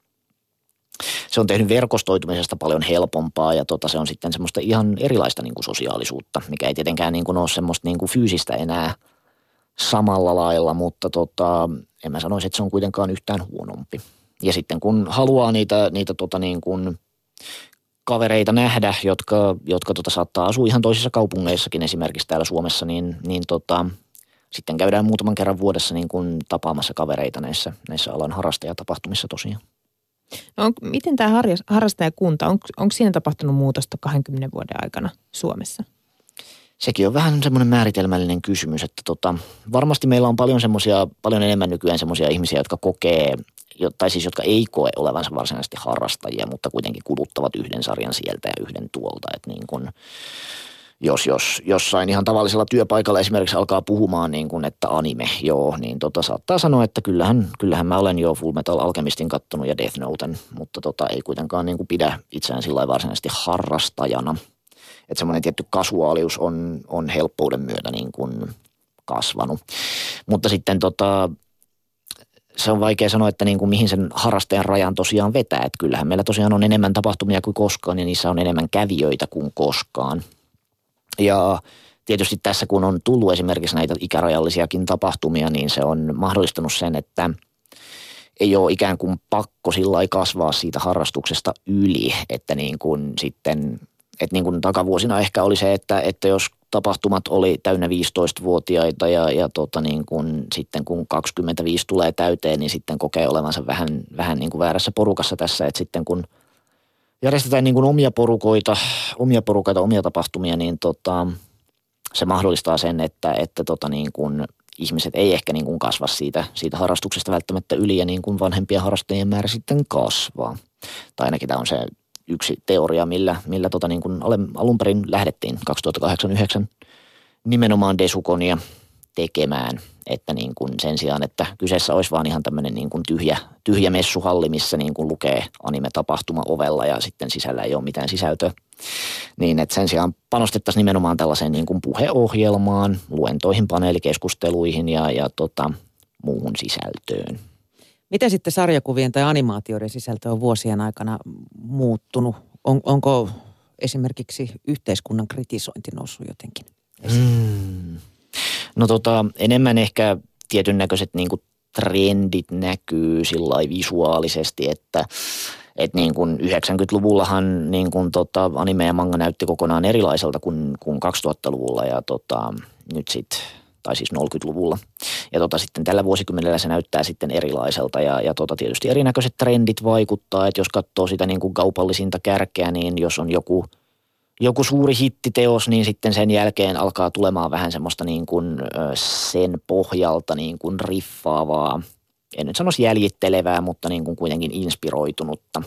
S4: se on tehnyt verkostoitumisesta paljon helpompaa ja tota, se on sitten semmoista ihan erilaista niin kuin sosiaalisuutta, mikä ei tietenkään niin kuin ole semmoista niin kuin fyysistä enää samalla lailla, mutta tota, en mä sanoisi, että se on kuitenkaan yhtään huonompi. Ja sitten kun haluaa niitä, niitä tota niin kuin kavereita nähdä, jotka, jotka tota saattaa asua ihan toisissa kaupungeissakin esimerkiksi täällä Suomessa, niin, niin tota, sitten käydään muutaman kerran vuodessa niin kuin tapaamassa kavereita näissä, näissä alan harrastajatapahtumissa tosiaan.
S1: No on, miten tämä harrastajakunta, on, onko siinä tapahtunut muutosta kahdenkymmenen vuoden aikana Suomessa?
S4: Sekin on vähän semmoinen määritelmällinen kysymys, että tota, varmasti meillä on paljon semmoisia, paljon enemmän nykyään semmoisia ihmisiä, jotka kokee, tai siis jotka ei koe olevansa varsinaisesti harrastajia, mutta kuitenkin kuluttavat yhden sarjan sieltä ja yhden tuolta, että niin kuin jos, jos jossain ihan tavallisella työpaikalla esimerkiksi alkaa puhumaan niin kuin, että anime, joo, niin tota saattaa sanoa, että kyllähän, kyllähän mä olen jo Full Metal Alchemistin kattonut ja Death Noten, mutta tota ei kuitenkaan niin kuin pidä itseään sillä lailla varsinaisesti harrastajana. Että semmoinen tietty kasuaalius on, on helppouden myötä niin kuin kasvanut. Mutta sitten tota, se on vaikea sanoa, että niin kuin mihin sen harrastajan rajan tosiaan vetää. Että kyllähän meillä tosiaan on enemmän tapahtumia kuin koskaan ja niissä on enemmän kävijöitä kuin koskaan. Ja tietysti tässä kun on tullut esimerkiksi näitä ikärajallisiakin tapahtumia, niin se on mahdollistanut sen, että ei ole ikään kuin pakko sillä lailla kasvaa siitä harrastuksesta yli, että niin kuin sitten, että niin kuin takavuosina ehkä oli se, että, että jos tapahtumat oli täynnä viisitoistavuotiaita ja, ja tota niin kuin sitten kun kaksikymmentäviisi tulee täyteen, niin sitten kokee olevansa vähän, vähän niin kuin väärässä porukassa tässä, että sitten kun järjestetään niin kuin omia porukoita, omia porukoita, omia tapahtumia, niin tota, se mahdollistaa sen, että, että tota niin kuin ihmiset ei ehkä niin kuin kasva siitä, siitä harrastuksesta välttämättä yli ja niin kuin vanhempien harrastajien määrä sitten kasvaa. Tai ainakin tämä on se yksi teoria, millä, millä tota niin kuin alun perin lähdettiin kaksituhattakahdeksan yhdeksän nimenomaan Desukonia tekemään, että niin kuin sen sijaan, että kyseessä olisi vaan ihan tämmöinen niin kuin tyhjä, tyhjä messuhalli, missä niin kuin lukee anime-tapahtuma ovella ja sitten sisällä ei ole mitään sisältöä, niin että sen sijaan panostettaisiin nimenomaan tällaiseen niin kuin puheohjelmaan, luentoihin, paneelikeskusteluihin ja, ja tota, muuhun sisältöön.
S2: Miten sitten sarjakuvien tai animaatioiden sisältö on vuosien aikana muuttunut? On, onko esimerkiksi yhteiskunnan kritisointi noussut jotenkin esiin?
S4: Hmm. No tota, enemmän ehkä tietyn näköiset niin kuin trendit näkyy sillai visuaalisesti, että et niin kuin yhdeksänkymmentäluvullahan niin kuin tota anime ja manga näytti kokonaan erilaiselta kuin, kuin kaksituhattaluvulla ja tota, nyt sitten, tai siis nollakymmentäluvulla. Ja tota, sitten tällä vuosikymmenellä se näyttää sitten erilaiselta ja, ja tota, tietysti erinäköiset trendit vaikuttaa, että jos katsoo sitä niin kuin kaupallisinta kärkeä, niin jos on joku Joku suuri hittiteos, niin sitten sen jälkeen alkaa tulemaan vähän semmoista niin kuin sen pohjalta niin kuin riffaavaa, en nyt sanoisi jäljittelevää, mutta niin kuin kuitenkin inspiroitunutta.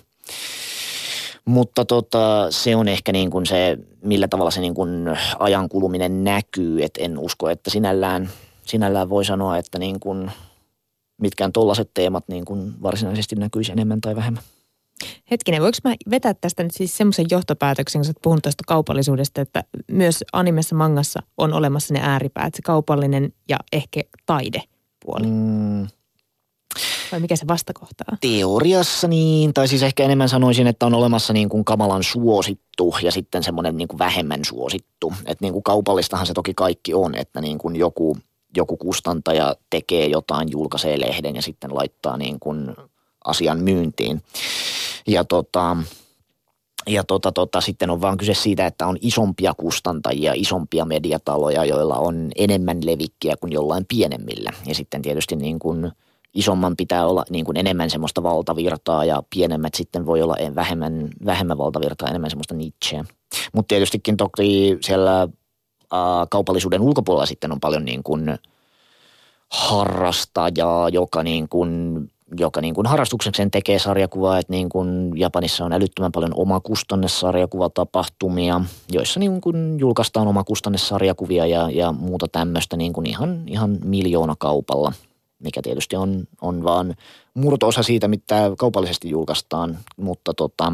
S4: Mutta tota, se on ehkä niin kuin se, millä tavalla se niin kuin ajan kuluminen näkyy, että en usko, että sinällään, sinällään voi sanoa, että niin kuin mitkään tollaiset teemat niin kuin varsinaisesti näkyisi enemmän tai vähemmän.
S1: Hetkinen, voiko mä vetää tästä nyt siis semmoisen johtopäätöksen, kun sä oot puhunut tästä kaupallisuudesta, että myös animessa, mangassa on olemassa ne ääripäät, se kaupallinen ja ehkä taidepuoli. Mm. Vai mikä se vastakohta on?
S4: Teoriassa niin, tai siis ehkä enemmän sanoisin, että on olemassa niin kuin kamalan suosittu ja sitten semmoinen niin kuin vähemmän suosittu. Että niin kuin kaupallistahan se toki kaikki on, että niin kuin joku, joku kustantaja tekee jotain, julkaisee lehden ja sitten laittaa niin kuin asian myyntiin. Ja, tota, ja tota, tota, sitten on vaan kyse siitä, että on isompia kustantajia, isompia mediataloja, joilla on enemmän levikkiä kuin jollain pienemmillä. Ja sitten tietysti niin kuin isomman pitää olla niin kuin enemmän semmoista valtavirtaa ja pienemmät sitten voi olla vähemmän, vähemmän valtavirtaa, enemmän semmoista nicheä. Mutta tietystikin toki siellä ä, kaupallisuuden ulkopuolella sitten on paljon niin kuin harrastaja, joka niin kuin, joka niin kuin harrastuksekseen tekee sarjakuvaa, että niin kuin Japanissa on älyttömän paljon omakustannessarjakuvatapahtumia, joissa niin kuin julkaistaan omakustannessarjakuvia ja, ja muuta tämmöistä niin kuin ihan, ihan miljoonakaupalla, mikä tietysti on, on vaan murto-osa siitä, mitä kaupallisesti julkaistaan, mutta tota,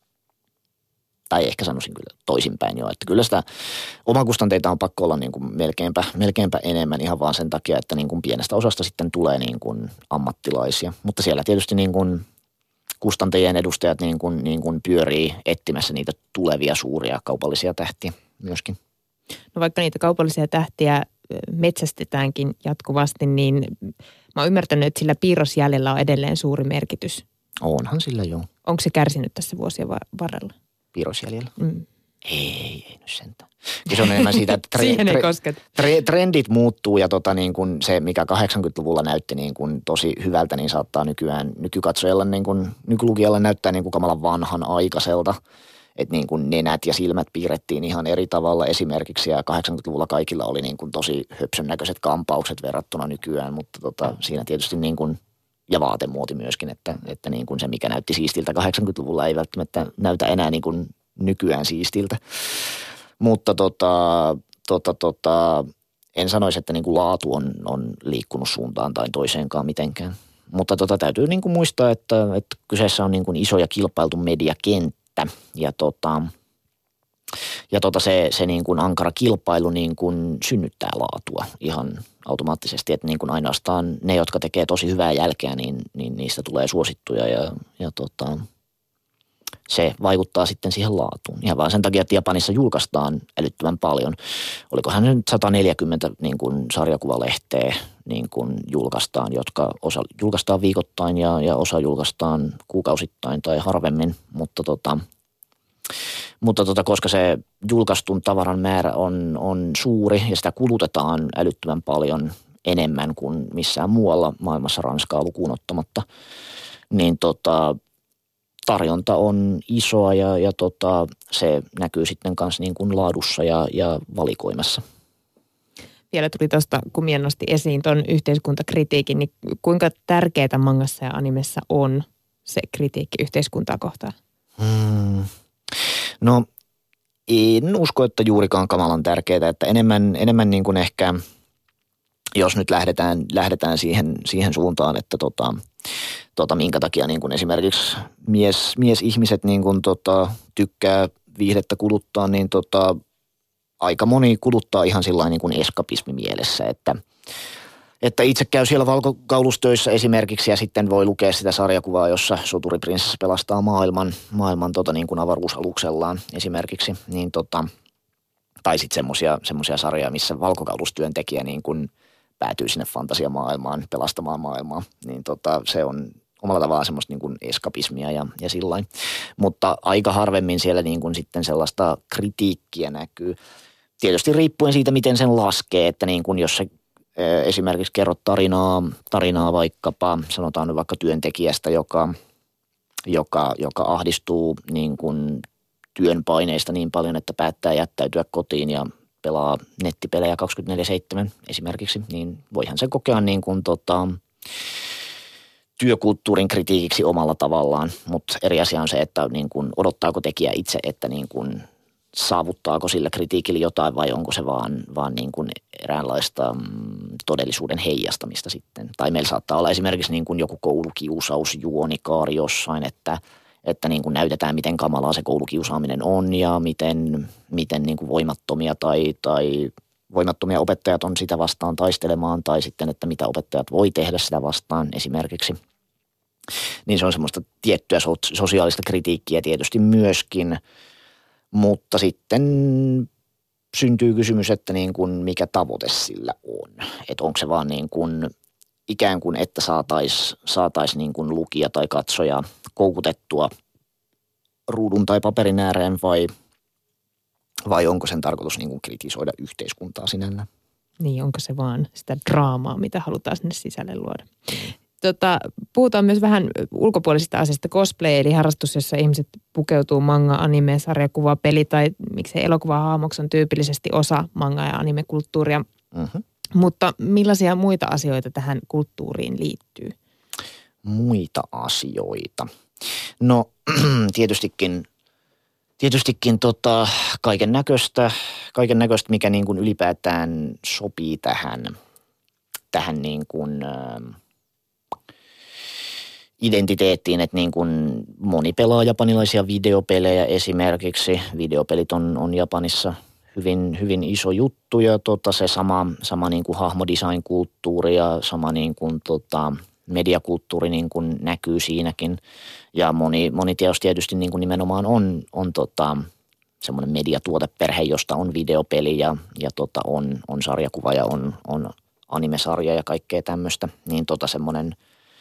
S4: tai ehkä sanoisin kyllä toisinpäin jo, että kyllä sitä omakustanteita on pakko olla niin kuin melkeinpä, melkeinpä enemmän ihan vaan sen takia, että niin kuin pienestä osasta sitten tulee niin kuin ammattilaisia. Mutta siellä tietysti niin kuin kustantajien edustajat niin kuin, niin kuin pyörii etsimässä niitä tulevia suuria kaupallisia tähtiä myöskin.
S1: No vaikka niitä kaupallisia tähtiä metsästetäänkin jatkuvasti, niin mä oon ymmärtänyt, että sillä piirrosjäljellä on edelleen suuri merkitys.
S4: Onhan sillä joo.
S1: Onko se kärsinyt tässä vuosien varrella?
S4: Piirrosjäljellä?
S1: Mm.
S4: Ei, ei nyt sentään. Se on enemmän siitä, että tre,
S1: Siihen ei
S4: tre,
S1: kosketa.
S4: Tre, trendit muuttuu ja tota niin kuin se, mikä kahdeksankymmentäluvulla näytti niin kuin tosi hyvältä, niin saattaa nykyään nykykatsojalle, niin kuin, nykylukijalle näyttää niin kuin kamalan vanhan aikaiselta. Että niin kuin nenät ja silmät piirrettiin ihan eri tavalla esimerkiksi ja kahdeksankymmentäluvulla kaikilla oli niin kuin tosi höpsön näköiset kampaukset verrattuna nykyään, mutta tota, siinä tietysti niin kuin ja vaatemuoti myöskin, että, että niin kuin se, mikä näytti siistiltä kahdeksankymmentäluvulla, ei välttämättä näytä enää niin kuin nykyään siistiltä. Mutta tota, tota, tota, en sanoisi, että niin kuin laatu on, on liikkunut suuntaan tai toiseenkaan mitenkään. Mutta tota, täytyy niin kuin muistaa, että, että kyseessä on niin kuin iso ja kilpailtu mediakenttä ja tota, ja tota se, se niin kuin ankara kilpailu niin kuin synnyttää laatua ihan automaattisesti, että niin kuin ainoastaan ne, jotka tekee tosi hyvää jälkeä, niin, niin niistä tulee suosittuja ja, ja tota, se vaikuttaa sitten siihen laatuun. Ihan vaan sen takia, että Japanissa julkaistaan älyttömän paljon. Olikohan nyt sata neljäkymmentä niin kuin sarjakuvalehteä niin kuin julkaistaan, jotka osa julkaistaan viikoittain ja, ja osa julkaistaan kuukausittain tai harvemmin, mutta tota, Mutta tota, koska se julkaistun tavaran määrä on, on suuri ja sitä kulutetaan älyttömän paljon enemmän kuin missään muualla maailmassa Ranskaa lukuun ottamatta, niin tota, tarjonta on isoa ja, ja tota, se näkyy sitten kanssa niin kuin laadussa ja, ja valikoimassa.
S1: Vielä tuli tuosta, kun Mia nosti esiin tuon yhteiskuntakritiikin, niin kuinka tärkeää mangassa ja animessa on se kritiikki yhteiskuntaa kohtaan?
S4: Hmm. No en usko, että juurikaan kamalan tärkeää, että enemmän, enemmän niin kuin ehkä, jos nyt lähdetään, lähdetään siihen, siihen suuntaan, että tota, tota, minkä takia niin kuin esimerkiksi mies, miesihmiset niin kuin tota, tykkää viihdettä kuluttaa, niin tota, aika moni kuluttaa ihan sillain niin kuin eskapismi mielessä, että Että itse käy siellä valkokaulustyössä esimerkiksi ja sitten voi lukea sitä sarjakuvaa, jossa soturiprinsessa pelastaa maailman, maailman tota niin kuin avaruusaluksellaan esimerkiksi. Niin tota, tai sitten semmoisia semmoisia sarjoja, missä valkokaulustyöntekijä niin kuin päätyy sinne fantasiamaailmaan pelastamaan maailmaa. Niin tota, se on omalla tavallaan semmoista niin kuin eskapismia ja, ja sillain. Mutta aika harvemmin siellä niin kuin sitten sellaista kritiikkiä näkyy. Tietysti riippuen siitä, miten sen laskee, että niin kuin jos se esimerkiksi kerrot tarinaa, tarinaa vaikkapa, sanotaan nyt vaikka työntekijästä, joka, joka, joka ahdistuu niin kuin työn paineista niin paljon, että päättää jättäytyä kotiin ja pelaa nettipelejä kaksikymmentäneljä seitsemän esimerkiksi, niin voihan se kokea niin kuin tota, työkulttuurin kritiikiksi omalla tavallaan, mutta eri asia on se, että niin kuin odottaako tekijä itse, että niin kuin saavuttaako sillä kritiikillä jotain vai onko se vaan, vaan niin kuin eräänlaista mm, todellisuuden heijastamista sitten. Tai meillä saattaa olla esimerkiksi niin kuin joku koulukiusaus, juonikaari jossain, että, että niin kuin näytetään miten kamalaa se koulukiusaaminen on ja miten, miten niin kuin voimattomia tai, tai voimattomia opettajat on sitä vastaan taistelemaan tai sitten, että mitä opettajat voi tehdä sitä vastaan esimerkiksi. Niin se on semmoista tiettyä sosiaalista kritiikkiä tietysti myöskin. Mutta sitten syntyy kysymys, että niin kuin mikä tavoite sillä on. Että onko se vaan niin kuin ikään kuin, että saataisiin saatais niin kuin lukija tai katsoja koukutettua ruudun tai paperin ääreen vai, vai onko sen tarkoitus niin kuin kritisoida yhteiskuntaa sinällään?
S1: Niin, onko se vaan sitä draamaa, mitä halutaan sinne sisälle luoda. Mm. Tota, puhutaan myös vähän ulkopuolisista asioista. Cosplay, eli harrastus, jossa ihmiset pukeutuu manga, anime, sarjakuva, peli tai miksei elokuvahahmoksi on tyypillisesti osa manga- ja anime-kulttuuria. Mm-hmm. Mutta millaisia muita asioita tähän kulttuuriin liittyy?
S4: Muita asioita. No tietystikin, tietystikin tota, kaiken näköistä, kaiken näköistä, mikä niin kuin ylipäätään sopii tähän, tähän niin kuin, äh, identiteettiin, että niin kuin moni pelaa japanilaisia videopelejä esimerkiksi. Videopelit on, on Japanissa hyvin, hyvin iso juttu ja tota, se sama, sama niin kuin hahmodesign-kulttuuri ja sama niin kuin tota, mediakulttuuri niin kuin näkyy siinäkin. Ja moni, moni teos tietysti niin kuin nimenomaan on, on tota, semmoinen mediatuoteperhe, josta on videopeli ja, ja tota, on, on sarjakuva ja on, on animesarja ja kaikkea tämmöistä. Niin tota semmoinen,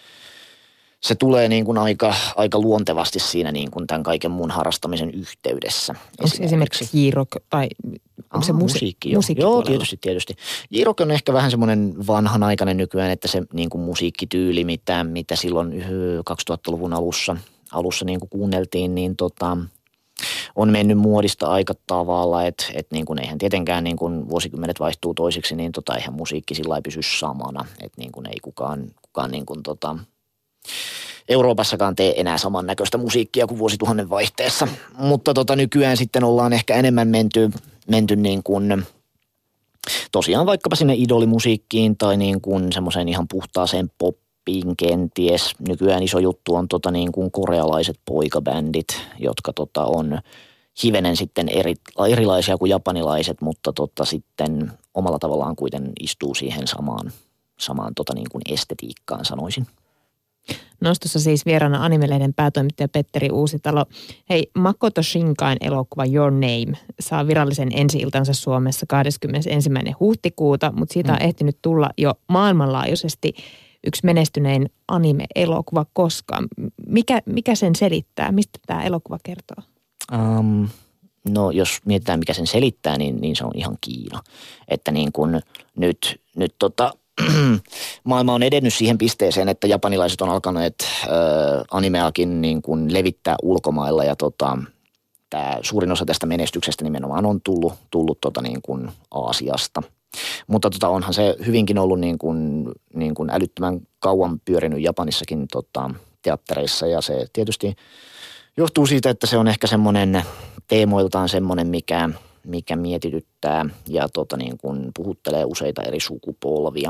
S4: se tulee niin kuin aika, aika luontevasti siinä niin kuin tämän kaiken muun harrastamisen yhteydessä.
S1: Onko se esimerkiksi J-Rock tai onko se
S4: ah,
S1: musi-
S4: musiikki? Jo. Joo, tietysti, tietysti. J-Rock on ehkä vähän semmoinen vanhanaikainen nykyään, että se niin kuin musiikkityyli, mitä, mitä silloin kaksituhattaluvun alussa, alussa niin kuin kuunneltiin, niin tota, on mennyt muodista aika tavalla, että et niin kuin eihän tietenkään niin kuin vuosikymmenet vaihtuu toisiksi, niin tota, eihän musiikki sillä lailla pysy samana, että niin kuin ei kukaan, kukaan niin kuin tota, Euroopassakaan tee enää samannäköistä musiikkia kuin vuosituhannen vaihteessa, mutta tota, nykyään sitten ollaan ehkä enemmän menty, menty niin kuin tosiaan vaikkapa sinne idolimusiikkiin tai niin kuin semmoiseen ihan puhtaaseen poppiin kenties. Nykyään iso juttu on tota niin kuin korealaiset poikabändit, jotka tota on hivenen sitten eri, erilaisia kuin japanilaiset, mutta tota sitten omalla tavallaan kuitenkin istuu siihen samaan, samaan tota niin kuin estetiikkaan sanoisin.
S1: Nostossa siis vieraana Anime-lehden päätoimittaja Petteri Uusitalo. Hei, Makoto Shinkain elokuva Your Name saa virallisen ensi-iltansa Suomessa kahdeskymmenesensimmäinen huhtikuuta, mutta siitä on mm. ehtinyt tulla jo maailmanlaajuisesti yksi menestynein anime-elokuva koskaan. Mikä, mikä sen selittää? Mistä tämä elokuva kertoo?
S4: Um, no jos mietitään mikä sen selittää, niin, niin se on ihan Kiina. Että niin kuin nyt, nyt tota... maailma on edennyt siihen pisteeseen, että japanilaiset on alkaneet äh, animeakin niin kuin levittää ulkomailla ja tota, tää, suurin osa tästä menestyksestä nimenomaan on tullut, tullut tota, niin kuin Aasiasta. Mutta tota, onhan se hyvinkin ollut niin kuin, niin kuin älyttömän kauan pyörinyt Japanissakin tota, teattereissa ja se tietysti johtuu siitä, että se on ehkä semmoinen teemoiltaan semmoinen, mikä mikä mietityttää ja tota niin kuin puhuttelee useita eri sukupolvia.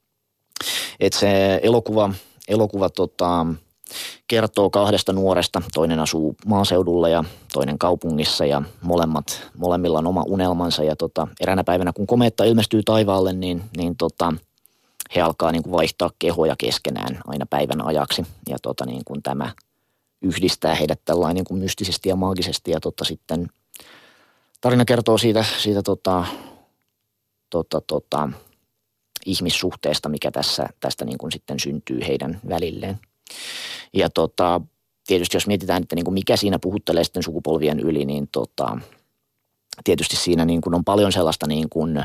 S4: Et se elokuva, elokuva tota, kertoo kahdesta nuoresta, toinen asuu maaseudulla ja toinen kaupungissa ja molemmat, molemmilla on oma unelmansa ja tota, eräänä päivänä kun komeetta ilmestyy taivaalle, niin, niin tota, he alkaa niin kuin vaihtaa kehoja keskenään aina päivän ajaksi ja tota, niin kuin tämä yhdistää heidät tällainen niin kuin mystisesti ja maagisesti ja tota, sitten tarina kertoo siitä, siitä tota, tota, tota, ihmissuhteesta, mikä tässä, tästä niin kuin sitten syntyy heidän välilleen. Ja tota, tietysti jos mietitään, että niin kuin mikä siinä puhuttelee sitten sukupolvien yli, niin tota, tietysti siinä niin kuin on paljon sellaista niin kuin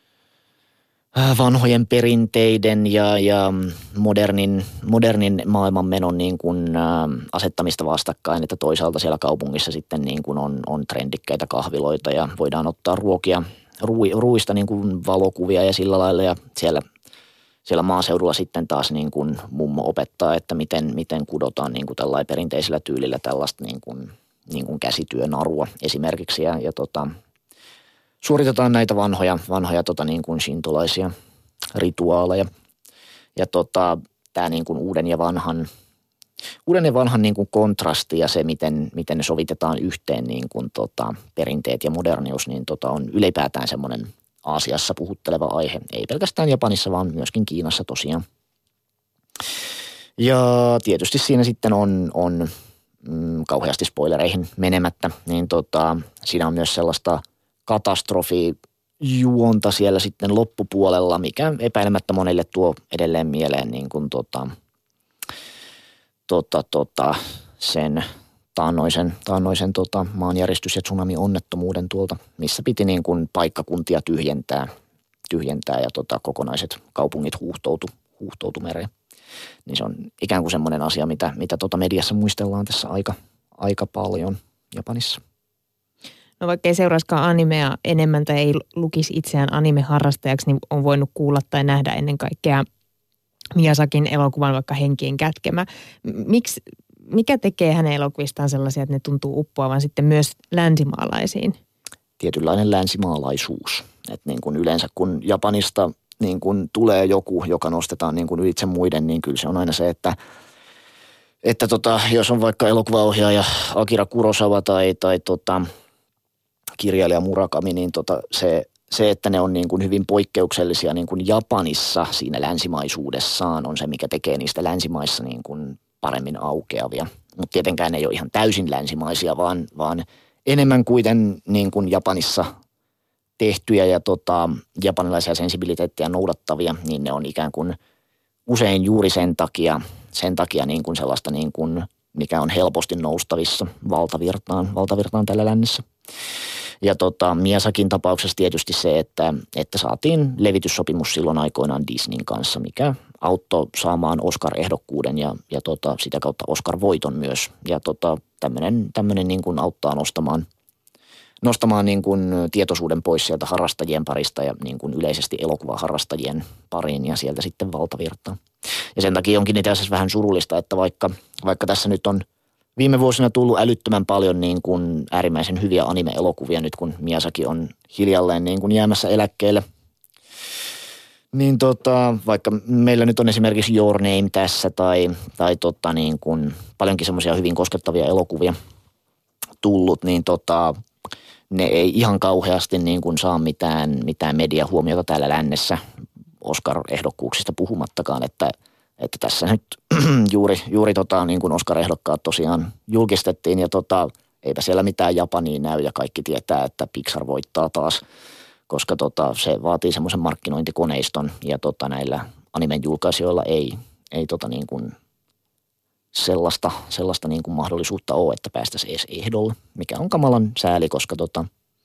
S4: vanhojen perinteiden ja, ja modernin, modernin maailmanmenon niin kuin, ä, asettamista vastakkain, että toisaalta siellä kaupungissa sitten niin kuin on, on trendikkäitä kahviloita ja voidaan ottaa ruokia, rui, ruista niin kuin valokuvia ja sillä lailla ja siellä, siellä maaseudulla sitten taas niin kuin mummo opettaa, että miten, miten kudotaan niin kuin tällainen perinteisellä tyylillä tällaista niin kuin, niin kuin käsityönarua esimerkiksi ja, ja tota, suoritetaan näitä vanhoja, vanhoja tota niin kuin shintolaisia rituaaleja. Ja tota, tämä niin kuin uuden ja vanhan, uuden ja vanhan niin kuin kontrasti ja se, miten, miten ne sovitetaan yhteen niin kuin tota, perinteet ja modernius, niin tota, on ylipäätään semmoinen Aasiassa puhutteleva aihe. Ei pelkästään Japanissa, vaan myöskin Kiinassa tosiaan. Ja tietysti siinä sitten on, on mm, kauheasti spoilereihin menemättä, niin tota, siinä on myös sellaista katastrofijuonta siellä sitten loppupuolella, mikä epäilemättä monelle tuo edelleen mieleen niin kuin tota, tota, tota, sen taannoisen, taannoisen tota, maanjäristys- ja tsunami-onnettomuuden tuolta, missä piti niin kuin paikkakuntia tyhjentää, tyhjentää ja tota, kokonaiset kaupungit huuhtoutu, huuhtoutu mereen. Niin se on ikään kuin semmoinen asia, mitä, mitä tota mediassa muistellaan tässä aika, aika paljon Japanissa.
S1: No vaikka ei seuraiskaan animea enemmän tai ei lukisi itseään anime-harrastajaksi, niin on voinut kuulla tai nähdä ennen kaikkea Miyazakin elokuvan vaikka Henkien kätkemä. Miksi, mikä tekee hänen elokuvistaan sellaisia, että ne tuntuu uppoavan sitten myös länsimaalaisiin?
S4: Tietynlainen länsimaalaisuus. Että niin kuin yleensä kun Japanista niin kun tulee joku, joka nostetaan niin kun ylitse muiden, niin kyllä se on aina se, että, että tota, jos on vaikka elokuvaohjaaja Akira Kurosawa tai, tai tota, kirjailija Murakami, niin tota, se, se, että ne on niin kun hyvin poikkeuksellisia niin kun Japanissa siinä länsimaisuudessaan on se, mikä tekee niistä länsimaissa niin kun paremmin aukeavia. Mutta tietenkään ne ei ole ihan täysin länsimaisia, vaan, vaan enemmän kuiten niin kun Japanissa tehtyjä ja tota, japanilaisia sensibiliteettiä noudattavia, niin ne on ikään kuin usein juuri sen takia, sen takia niin kuin sellaista, niin kuin, mikä on helposti noustavissa valtavirtaan, valtavirtaan tällä lännessä. Ja tota, Miyazakin tapauksessa tietysti se, että, että saatiin levityssopimus silloin aikoinaan Disneyn kanssa, mikä auttoi saamaan Oscar-ehdokkuuden ja, ja tota, sitä kautta Oscar-voiton myös. Ja tota, tämmöinen, tämmöinen niin kuin auttaa nostamaan nostamaan niin kuin tietoisuuden pois sieltä harrastajien parista ja niin kuin yleisesti elokuvaharrastajien pariin ja sieltä sitten valtavirtaan. Ja sen takia onkin itse asiassa vähän surullista, että vaikka, vaikka tässä nyt on viime vuosina tullut älyttömän paljon niin kuin äärimmäisen hyviä anime-elokuvia nyt, kun Miyazaki on hiljalleen niin kuin jäämässä eläkkeelle. Niin tota, vaikka meillä nyt on esimerkiksi Your Name tässä tai, tai tota niin kuin paljonkin semmoisia hyvin koskettavia elokuvia tullut, niin tota ne ei ihan kauheasti niin kuin saa mitään, mitään mediahuomiota täällä lännessä Oscar-ehdokkuuksista puhumattakaan, että, että tässä nyt juuri, juuri tota, niin kuin Oscar-ehdokkaat tosiaan julkistettiin ja tota, eipä siellä mitään Japania näy ja kaikki tietää, että Pixar voittaa taas, koska tota, se vaatii semmoisen markkinointikoneiston ja tota, näillä animen julkaisijoilla ei, ei tota niin kuin sellaista, sellaista niin kuin mahdollisuutta ole, että päästäisiin edes ehdolle, mikä on kamalan sääli, koska tota,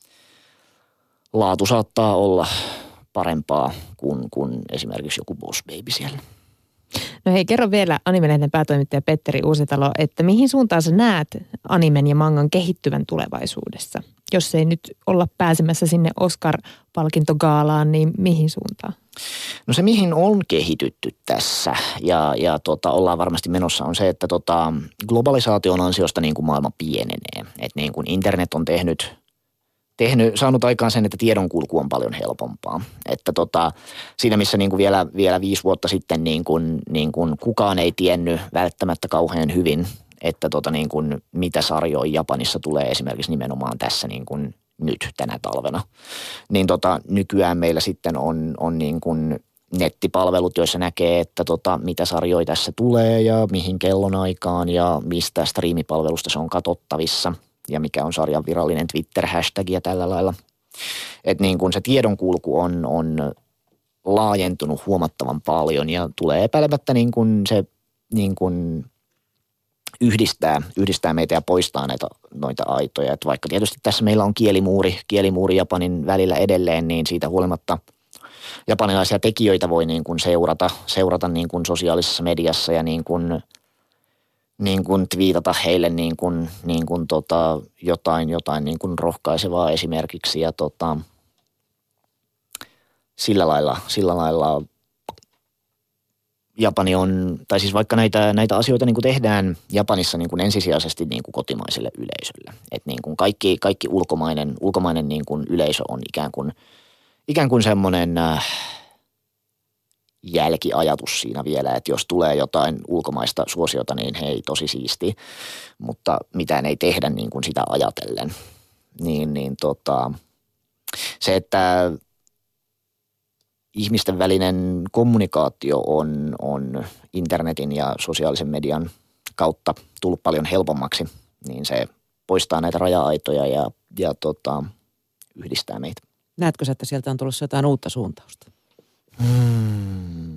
S4: laatu saattaa olla parempaa kuin, kuin esimerkiksi joku Boss Baby siellä.
S1: No hei, kerro vielä Anime-lehden päätoimittaja Petteri Uusitalo, että mihin suuntaan sä näet animen ja mangan kehittyvän tulevaisuudessa? Jos ei nyt olla pääsemässä sinne Oscar-palkintogaalaan, niin mihin suuntaan?
S4: No se, mihin on kehitytty tässä ja, ja tota, ollaan varmasti menossa, on se, että tota, globalisaation ansiosta niin kuin maailma pienenee. Että niin kuin internet on tehnyt, tehnyt, saanut aikaan sen, että tiedonkulku on paljon helpompaa. Että tota, siinä, missä niin kuin vielä, vielä viisi vuotta sitten niin kuin, niin kuin kukaan ei tiennyt välttämättä kauhean hyvin, että tota, niin kuin, mitä sarjoja Japanissa tulee esimerkiksi nimenomaan tässä niin kuin nyt tänä talvena, niin tota, nykyään meillä sitten on, on niin kuin nettipalvelut, joissa näkee, että tota, mitä sarjoja tässä tulee ja mihin kellonaikaan ja mistä striimipalvelusta se on katsottavissa ja mikä on sarjan virallinen Twitter-hashtag ja tällä lailla. Että niin kuin se tiedonkulku on, on laajentunut huomattavan paljon ja tulee epäilemättä niin kuin se niin kuin Yhdistää, yhdistää meitä ja poistaa näitä, noita aitoja. Että vaikka tietysti tässä meillä on kielimuuri, kielimuuri Japanin välillä edelleen, niin siitä huolimatta japanilaisia tekijöitä voi niin kuin seurata, seurata niin kuin sosiaalisessa mediassa ja niin kuin, niin kuin twiitata heille niin kuin, niin kuin tota jotain, jotain niin kuin rohkaisevaa esimerkiksi. Ja tota, sillä lailla, sillä lailla Japani on, tai siis vaikka näitä, näitä asioita niin kuin tehdään Japanissa niin kuin ensisijaisesti niin kuin kotimaiselle yleisölle. Että niin kuin kaikki, kaikki ulkomainen, ulkomainen niin kuin yleisö on ikään kuin, ikään kuin semmoinen äh, jälkiajatus siinä vielä, että jos tulee jotain ulkomaista suosiota, niin hei, tosi siisti, mutta mitään ei tehdä niin kuin sitä ajatellen. Niin, niin tota, se, että ihmisten välinen kommunikaatio on, on internetin ja sosiaalisen median kautta tullut paljon helpommaksi, niin se poistaa näitä raja-aitoja ja, ja tota, yhdistää meitä.
S2: Näetkö sä, että sieltä on tullut jotain uutta suuntausta?
S4: Hmm.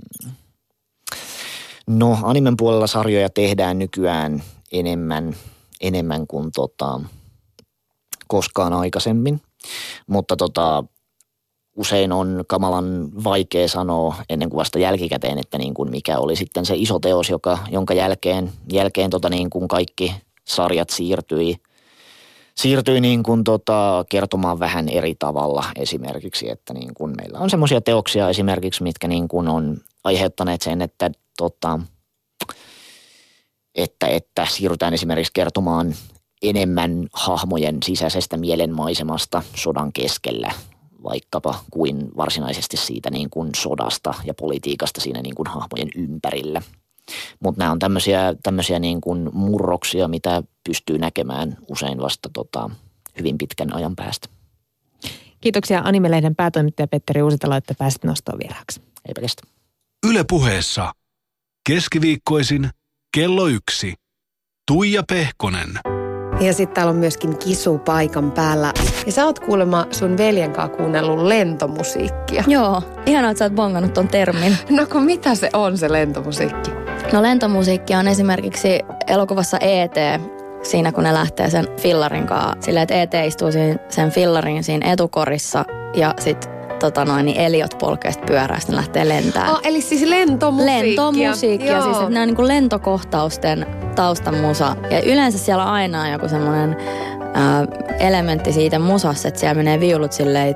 S4: No animen puolella sarjoja tehdään nykyään enemmän, enemmän kuin tota, koskaan aikaisemmin, mutta tota, usein on kamalan vaikea sanoa ennen kuin vasta jälkikäteen, että niin kuin mikä oli sitten se iso teos, joka, jonka jälkeen, jälkeen tota niin kuin kaikki sarjat siirtyi, siirtyi niin kuin tota, kertomaan vähän eri tavalla esimerkiksi, että niin kuin meillä on semmoisia teoksia esimerkiksi, mitkä niin kuin on aiheuttaneet sen, että, tota, että, että siirrytään esimerkiksi kertomaan enemmän hahmojen sisäisestä mielenmaisemasta sodan keskellä vaikkapa kuin varsinaisesti siitä niin kuin sodasta ja politiikasta siinä niin kuin hahmojen ympärillä. Mutta nämä on tämmöisiä, tämmöisiä niin kuin murroksia, mitä pystyy näkemään usein vasta tota, hyvin pitkän ajan päästä.
S1: Kiitoksia Anime-lehden päätoimittaja Petteri Uusitalo, että pääsit nostoon vieraaksi.
S4: Eipä kestä.
S3: Yle Puheessa. Keskiviikkoisin kello yksi. Tuija Pehkonen.
S5: Ja sitten täällä on myöskin Kisu paikan päällä. Ja sä oot kuulemma sun veljen kanssa kuunnellut lentomusiikkia.
S6: Joo, ihanaa, että sä oot bongannut ton termin.
S5: No kun mitä se on se lentomusiikki?
S6: No lentomusiikki on esimerkiksi elokuvassa E T, siinä kun ne lähtee sen fillarin kanssa. Silleen, että E T istuu siinä, sen fillarin siinä etukorissa ja sit tota noin, niin Eliot polkee pyörää, sitten lähtee lentämään.
S5: Oh, eli siis lentomusiikkia.
S6: Lentomusiikkia,
S5: Joo.
S6: siis että nämä on niin kuin lentokohtausten taustamusa. Ja yleensä siellä aina on joku semmoinen ää, elementti siitä musassa, että siellä menee viulut silleen,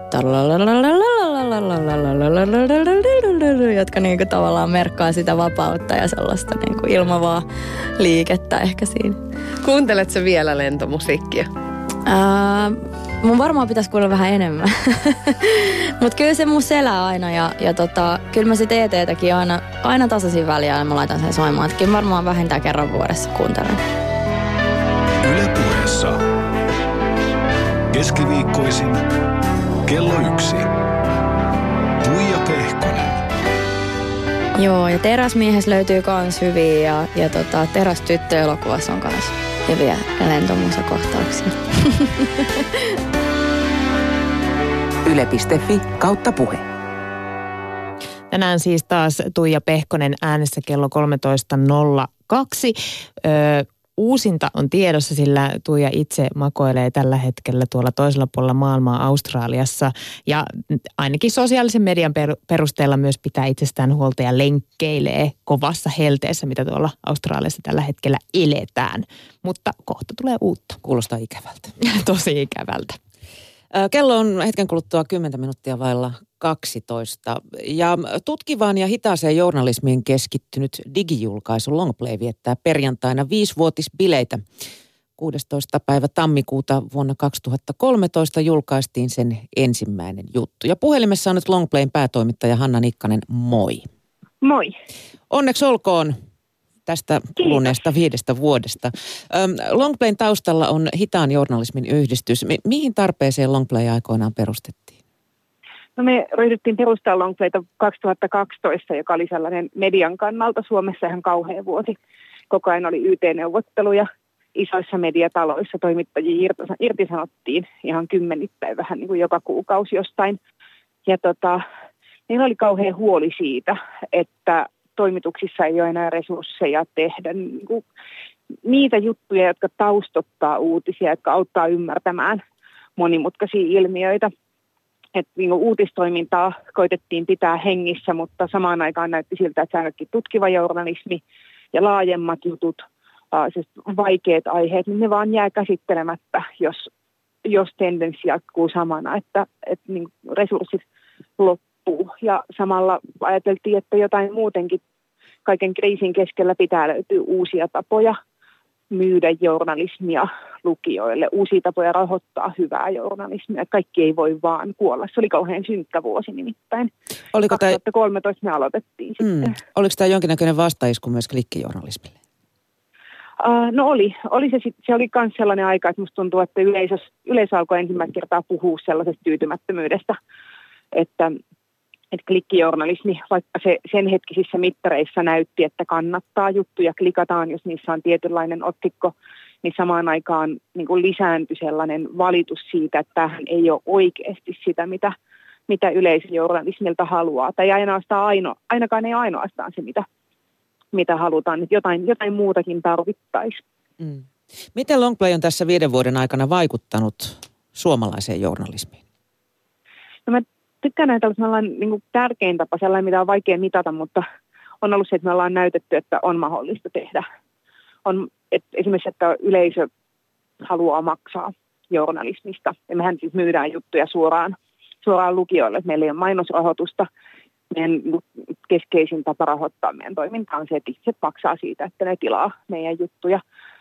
S6: jotka niin kuin tavallaan merkkaa sitä vapautta ja sellaista niin kuin ilmavaa liikettä ehkä siinä.
S5: Kuuntelet sä vielä lentomusiikkia?
S6: Ää, mun varmaan pitäisi kuulla vähän enemmän. Mutta kyllä se mun selää aina ja, ja tota, kyllä mä sit E T:täkin aina, aina tasaisin väliä ja mä laitan sen soimaan. Että kyllä varmaan vähintään kerran vuodessa kuuntelen.
S3: Yle Puheessa. Keskiviikkoisin kello yksi. Tuija Pehkonen.
S6: Joo, ja Teräsmiehessä löytyy kans hyviä ja, ja tota, Terästyttö-elokuvassa on kans hyviä lentomusakohtauksia.
S2: Yle piste fi kautta puhe.
S1: Tänään siis taas Tuija Pehkonen äänessä kello kolmetoista nolla kaksi. Öö, uusinta on tiedossa, sillä Tuija itse makoilee tällä hetkellä tuolla toisella puolella maailmaa Australiassa. Ja ainakin sosiaalisen median perusteella myös pitää itsestään huolta ja lenkkeilee kovassa helteessä, mitä tuolla Australiassa tällä hetkellä eletään. Mutta kohta tulee uutta.
S2: Kuulostaa ikävältä.
S1: Tosi ikävältä.
S2: Kello on hetken kuluttua kymmenen minuuttia vailla kaksitoista. Ja tutkivaan ja hitaaseen journalismiin keskittynyt digijulkaisu Longplay viettää perjantaina viisivuotisbileitä. kuudestoista päivä tammikuuta vuonna kaksituhattakolmetoista julkaistiin sen ensimmäinen juttu. Ja puhelimessa on nyt Longplayn päätoimittaja Hanna Nikkanen, moi.
S7: Moi.
S2: Onneksi olkoon tästä kuluneesta viidestä vuodesta. Longplayn taustalla on hitaan journalismin yhdistys. Mi- mihin tarpeeseen Longplay aikoinaan perustettiin?
S7: No me ryhdyttiin perustaa Longplayta kaksituhattakaksitoista, joka oli sellainen median kannalta Suomessa ihan kauhea vuosi. Koko ajan oli Y T-neuvotteluja. Isoissa mediataloissa toimittajia irtisanottiin ihan kymmenittäin vähän niin kuin joka kuukausi jostain. Ja tota, meillä oli kauhean huoli siitä, että toimituksissa ei ole enää resursseja tehdä niin kuin niitä juttuja, jotka taustottaa uutisia, jotka auttaa ymmärtämään monimutkaisia ilmiöitä. Et niin kuin uutistoimintaa koitettiin pitää hengissä, mutta samaan aikaan näytti siltä, että ainakin tutkiva journalismi ja laajemmat jutut, äh, siis vaikeat aiheet, niin ne vaan jää käsittelemättä, jos, jos tendenssi jatkuu samana, että, että niin resurssit loppuu. Ja samalla ajateltiin, että jotain muutenkin kaiken kriisin keskellä pitää löytyä uusia tapoja myydä journalismia lukijoille, uusia tapoja rahoittaa hyvää journalismia. Kaikki ei voi vaan kuolla. Se oli kauhean synkkä vuosi nimittäin.
S2: Oliko
S7: kaksituhattakolmetoista tämä... me aloitettiin
S2: mm.
S7: sitten.
S2: Oliko tämä jonkinnäköinen vastaisku myös klikkijournalismille?
S7: Uh, no oli. oli se, sit, se oli myös sellainen aika, että musta tuntuu, että yleisö, yleisö alkoi ensimmäistä kertaa puhua sellaisesta tyytymättömyydestä, että että klikkijournalismi, vaikka se sen hetkisissä mittareissa näytti, että kannattaa juttuja, klikataan, jos niissä on tietynlainen otsikko, niin samaan aikaan niin kuin lisääntyi sellainen valitus siitä, että tämähän ei ole oikeasti sitä, mitä, mitä yleisöjournalismilta haluaa. Tai ainoastaan aino, ainakaan ei ainoastaan se, mitä, mitä halutaan, että jotain, jotain muutakin tarvittaisiin.
S2: Mm. Miten Longplay on tässä viiden vuoden aikana vaikuttanut suomalaiseen journalismiin?
S7: No mä tykkään näitä, että me ollaan niin kuin tärkein tapa, sellainen, mitä on vaikea mitata, mutta on ollut se, että me ollaan näytetty, että on mahdollista tehdä. On, että esimerkiksi, että yleisö haluaa maksaa journalismista. Ja mehän siis myydään juttuja suoraan, suoraan lukijoille, että meillä ei ole mainosrahoitusta. Meidän keskeisin tapa rahoittaa meidän toimintaa on se, että itse maksaa siitä, että ne tilaa meidän juttuja.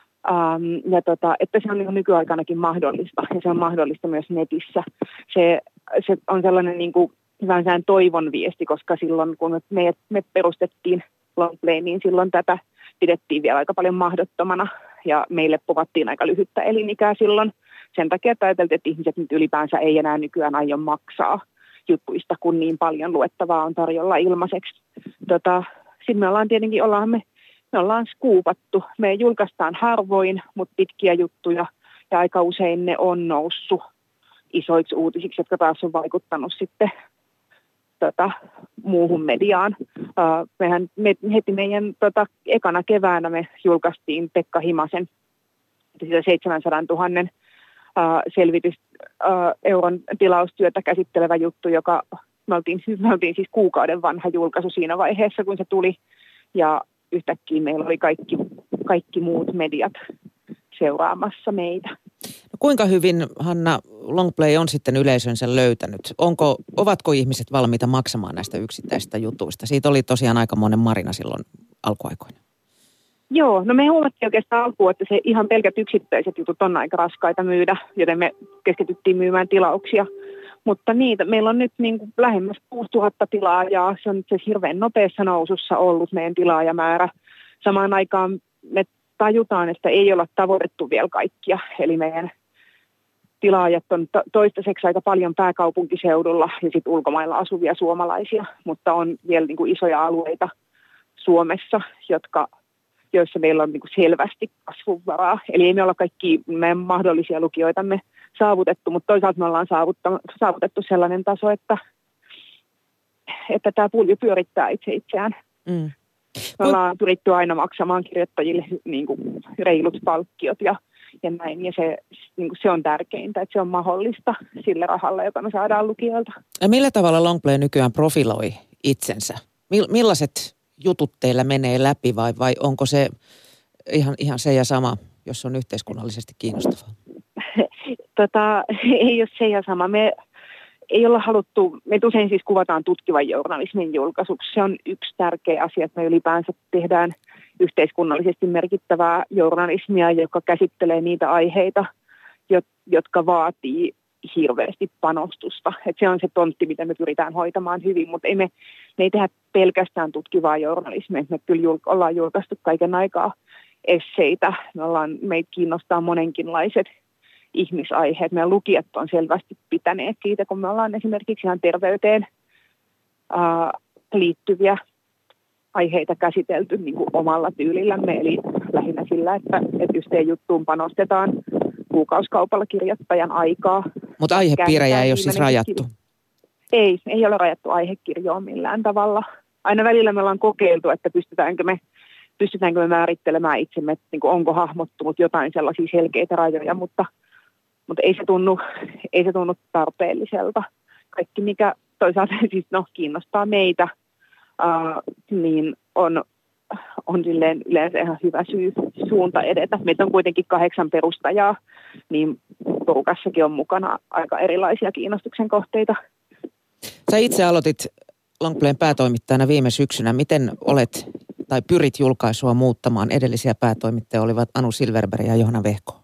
S7: Um, ja tota, että se on niin nykyaikanakin mahdollista, ja se on mahdollista myös netissä. Se, se on sellainen niin kuin hyvän sään toivon viesti, koska silloin kun me, me perustettiin Longplay, niin silloin tätä pidettiin vielä aika paljon mahdottomana, ja meille povattiin aika lyhyttä elinikää silloin. Sen takia, että ajateltiin, että ihmiset nyt ylipäänsä ei enää nykyään aio maksaa jutuista, kun niin paljon luettavaa on tarjolla ilmaiseksi. Tota, sitten me ollaan tietenkin, ollaan me, me ollaan skuupattu. Me julkaistaan harvoin, mutta pitkiä juttuja, ja aika usein ne on noussut isoiksi uutisiksi, jotka taas on vaikuttanut sitten tota, muuhun mediaan. Uh, mehän me, heti meidän tota, ekana keväänä me julkaistiin Pekka Himasen seitsemänsadantuhannen uh, selvitys uh, euron tilaustyötä käsittelevä juttu, joka me oltiin, me oltiin siis kuukauden vanha julkaisu siinä vaiheessa, kun se tuli, ja yhtäkkiä meillä oli kaikki, kaikki muut mediat seuraamassa meitä.
S2: No kuinka hyvin, Hanna, Longplay on sitten yleisönsä löytänyt? Onko, ovatko ihmiset valmiita maksamaan näistä yksittäisistä jutuista? Siitä oli tosiaan aikamoinen marina silloin alkuaikoina.
S7: Joo, no me huomattiin oikeastaan alkuun, että se ihan pelkät yksittäiset jutut on aika raskaita myydä, joten me keskityttiin myymään tilauksia. Mutta niitä, meillä on nyt niin kuin lähemmäs kuusituhatta tilaajaa, se on nyt se hirveän nopeassa nousussa ollut meidän tilaajamäärä. Samaan aikaan me tajutaan, että ei olla tavoitettu vielä kaikkia, eli meidän tilaajat on to- toistaiseksi aika paljon pääkaupunkiseudulla ja sitten ulkomailla asuvia suomalaisia, mutta on vielä niin kuin isoja alueita Suomessa, jotka, joissa meillä on niin kuin selvästi kasvunvaraa. Eli ei me olla kaikki meidän mahdollisia lukijoitamme saavutettu, mutta toisaalta me ollaan saavutettu sellainen taso, että, että tämä pulju pyörittää itse itseään. Mm. Me ollaan pyritty aina maksamaan kirjoittajille niin kuin reilut palkkiot ja, ja näin, ja se, niin kuin se on tärkeintä, että se on mahdollista sillä rahalla, joka me saadaan lukijoilta.
S2: Ja millä tavalla Longplay nykyään profiloi itsensä? Millaiset jutut teillä menee läpi vai, vai onko se ihan, ihan se ja sama, jos on yhteiskunnallisesti kiinnostavaa?
S7: tota, ei ole se ja sama. Me ei olla haluttu, me usein siis kuvataan tutkivan journalismin julkaisuksi. Se on yksi tärkeä asia, että me ylipäänsä tehdään yhteiskunnallisesti merkittävää journalismia, joka käsittelee niitä aiheita, jotka vaatii hirveästi panostusta. Et se on se tontti, mitä me pyritään hoitamaan hyvin, mutta ei me, me ei tehdä pelkästään tutkivaa journalismia. Me kyllä jul, ollaan julkaistu kaiken aikaa esseitä. Me ollaan, meitä kiinnostaa monenkinlaiset ihmisaiheet. Meidän lukijat on selvästi pitäneet siitä, kun me ollaan esimerkiksi ihan terveyteen ää, liittyviä aiheita käsitelty niin kuin omalla tyylillämme, eli lähinnä sillä, että, että yhteen juttuun panostetaan kuukausikaupalla kirjoittajan aikaa.
S2: Mutta aihepiirejä ei ole siis rajattu?
S7: Ei, ei ole rajattu aihekirjoa millään tavalla. Aina välillä me ollaan kokeiltu, että pystytäänkö me, pystytäänkö me määrittelemään itsemme, että niin kuin onko hahmottunut jotain sellaisia selkeitä rajoja, mutta, mutta ei, se tunnu, ei se tunnu tarpeelliselta. Kaikki, mikä toisaalta siis no, kiinnostaa meitä, uh, niin on, on silleen yleensä ihan hyvä syy, suunta edetä. Meitä on kuitenkin kahdeksan perustajaa, niin porukassakin on mukana aika erilaisia kiinnostuksen kohteita.
S2: Sä itse aloitit Longplayn päätoimittajana viime syksynä. Miten olet tai pyrit julkaisua muuttamaan? Edellisiä päätoimittajia olivat Anu Silverberg ja Johanna Vehko.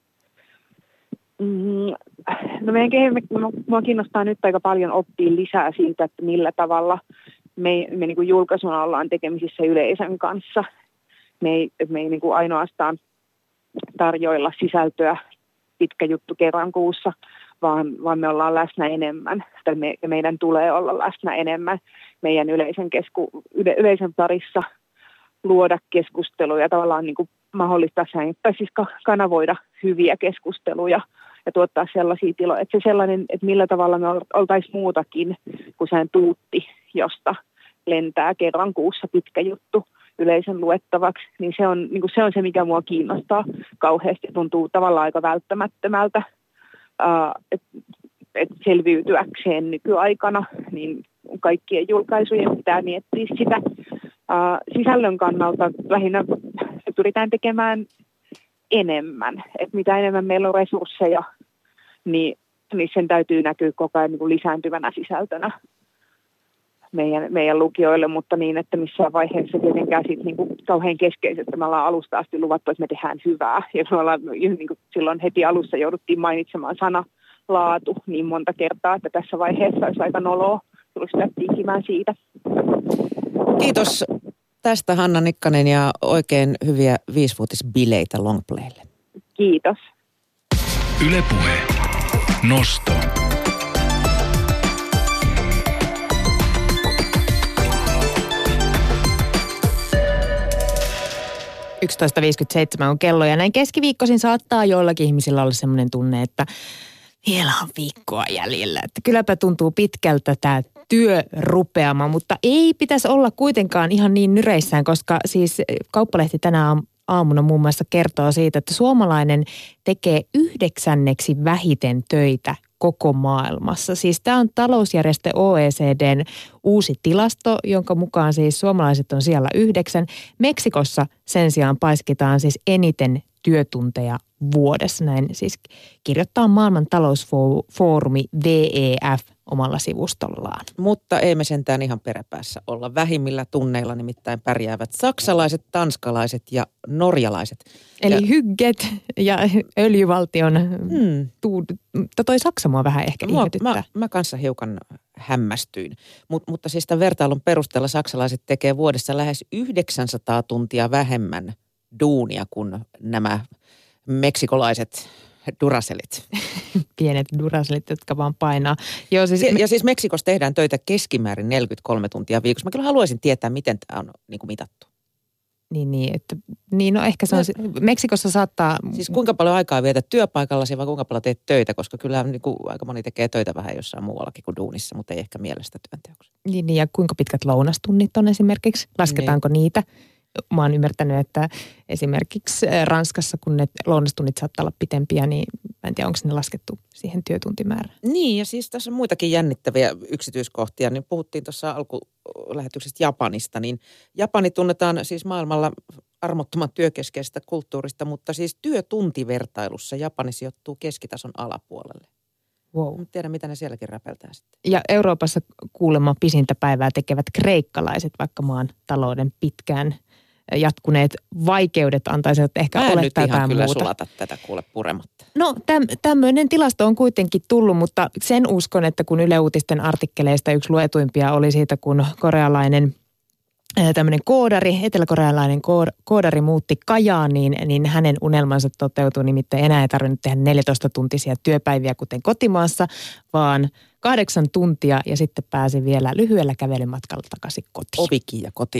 S7: Mm, no meidän minua kiinnostaa nyt aika paljon oppia lisää siitä, että millä tavalla me, me niin kuin julkaisuna ollaan tekemisissä yleisön kanssa. Me ei, me ei niin kuin ainoastaan tarjoilla sisältöä pitkä juttu kerran kuussa, vaan, vaan me ollaan läsnä enemmän. Tai me, meidän tulee olla läsnä enemmän meidän yleisön, kesku, yle, yleisön parissa, luoda keskusteluja, tavallaan niin kuin mahdollistaa sen, tai siis kanavoida hyviä keskusteluja ja tuottaa sellaisia tiloja. Että se sellainen, että millä tavalla me oltaisiin muutakin kuin sen tuutti, josta lentää kerran kuussa pitkä juttu yleisön luettavaksi, niin se on, niin kuin se on se, mikä mua kiinnostaa kauheasti. Tuntuu tavallaan aika välttämättömältä, uh, että et selviytyäkseen nykyaikana, niin kaikkien julkaisujen pitää miettiä sitä. Uh, sisällön kannalta lähinnä pyritään tekemään enemmän, että mitä enemmän meillä on resursseja niin, niin sen täytyy näkyä koko ajan niin kuin lisääntyvänä sisältönä meidän, meidän lukijoille, mutta niin, että missään vaiheessa tietenkään siitä niin kuin kauhean keskeisesti. Me ollaan alusta asti luvattu, että me tehdään hyvää. Ja me ollaan niin kuin silloin heti alussa jouduttiin mainitsemaan sana laatu niin monta kertaa, että tässä vaiheessa olisi aika noloa tulisi tinkimään siitä.
S2: Kiitos tästä Hanna Nikkanen ja oikein hyviä viisivuotisbileitä Longplaylle.
S7: Kiitos.
S3: Yle Puhe. Nosto.
S1: yksitoista viisikymmentäseitsemän on kello ja näin keskiviikkoisin saattaa joillakin ihmisillä olla sellainen tunne, että vielä on viikkoa jäljellä. Että kylläpä tuntuu pitkältä tämä työrupeama, mutta ei pitäisi olla kuitenkaan ihan niin nyreissään, koska siis Kauppalehti tänä aamuna muun muassa kertoo siitä, että suomalainen tekee yhdeksänneksi vähiten töitä koko maailmassa. Siis tämä on talousjärjestö O E C D:n uusi tilasto, jonka mukaan siis suomalaiset on siellä yhdeksän. Meksikossa sen sijaan paiskitaan siis eniten työtunteja vuodessa. Näin siis kirjoittaa maailman talousfoorumi W E F omalla sivustollaan.
S2: Mutta ei me sentään ihan peräpäässä olla. Vähimmillä tunneilla nimittäin pärjäävät saksalaiset, tanskalaiset ja norjalaiset.
S1: Eli
S2: ja,
S1: hygget ja öljyvaltion
S2: hmm.
S1: tuud... Toi Saksa mua vähän ehkä
S2: mua,
S1: ihmetyttää.
S2: Mä, mä kanssa hiukan hämmästyin. Mut, mutta siis tämän vertailun perusteella saksalaiset tekee vuodessa lähes yhdeksänsataa tuntia vähemmän duunia kuin nämä meksikolaiset duraselit.
S1: Pienet duraselit, jotka vaan painaa. Joo, siis
S2: ja,
S1: me...
S2: ja siis Meksikossa tehdään töitä keskimäärin neljäkymmentäkolme tuntia viikossa. Mä kyllä haluaisin tietää, miten tämä on niin kuin mitattu.
S1: Niin, niin, että, niin no ehkä se on, no, Meksikossa saattaa...
S2: Siis kuinka paljon aikaa vietät työpaikallasi vai kuinka paljon teet töitä, koska kyllä niin kuin, aika moni tekee töitä vähän jossain muuallakin kuin duunissa, mutta ei ehkä mielestä työnteoksi.
S1: Niin, niin, ja kuinka pitkät lounastunnit on esimerkiksi, lasketaanko niin. niitä? Mä oon ymmärtänyt, että esimerkiksi Ranskassa, kun ne lounastunnit saattaa olla pitempiä, niin mä en tiedä, onko ne laskettu siihen työtuntimäärään.
S2: Niin, ja siis tässä on muitakin jännittäviä yksityiskohtia. Niin puhuttiin tuossa alkulähetyksestä Japanista, niin Japani tunnetaan siis maailmalla armottoman työkeskeisestä kulttuurista, mutta siis työtuntivertailussa Japani sijoittuu keskitason alapuolelle.
S1: Wow.
S2: En tiedä, mitä ne sielläkin räpeltää sitten.
S1: Ja Euroopassa kuulemma pisintä päivää tekevät kreikkalaiset, vaikka maan talouden pitkään jatkuneet vaikeudet antaisivat ehkä olettaa jotain muuta. Mä en nyt ihan kyllä
S2: sulata tätä kuule purematta.
S1: No täm, tämmöinen tilasto on kuitenkin tullut, mutta sen uskon, että kun Yle Uutisten artikkeleista yksi luetuimpia oli siitä, kun korealainen tämmöinen koodari, eteläkorealainen koodari muutti Kajaaniin, niin hänen unelmansa toteutui, nimittäin enää ei tarvinnut tehdä neljätoista-tuntisia työpäiviä kuten kotimaassa, vaan kahdeksan tuntia ja sitten pääsi vielä lyhyellä kävelymatkalla takaisin kotiin.
S2: Ovikin ja koti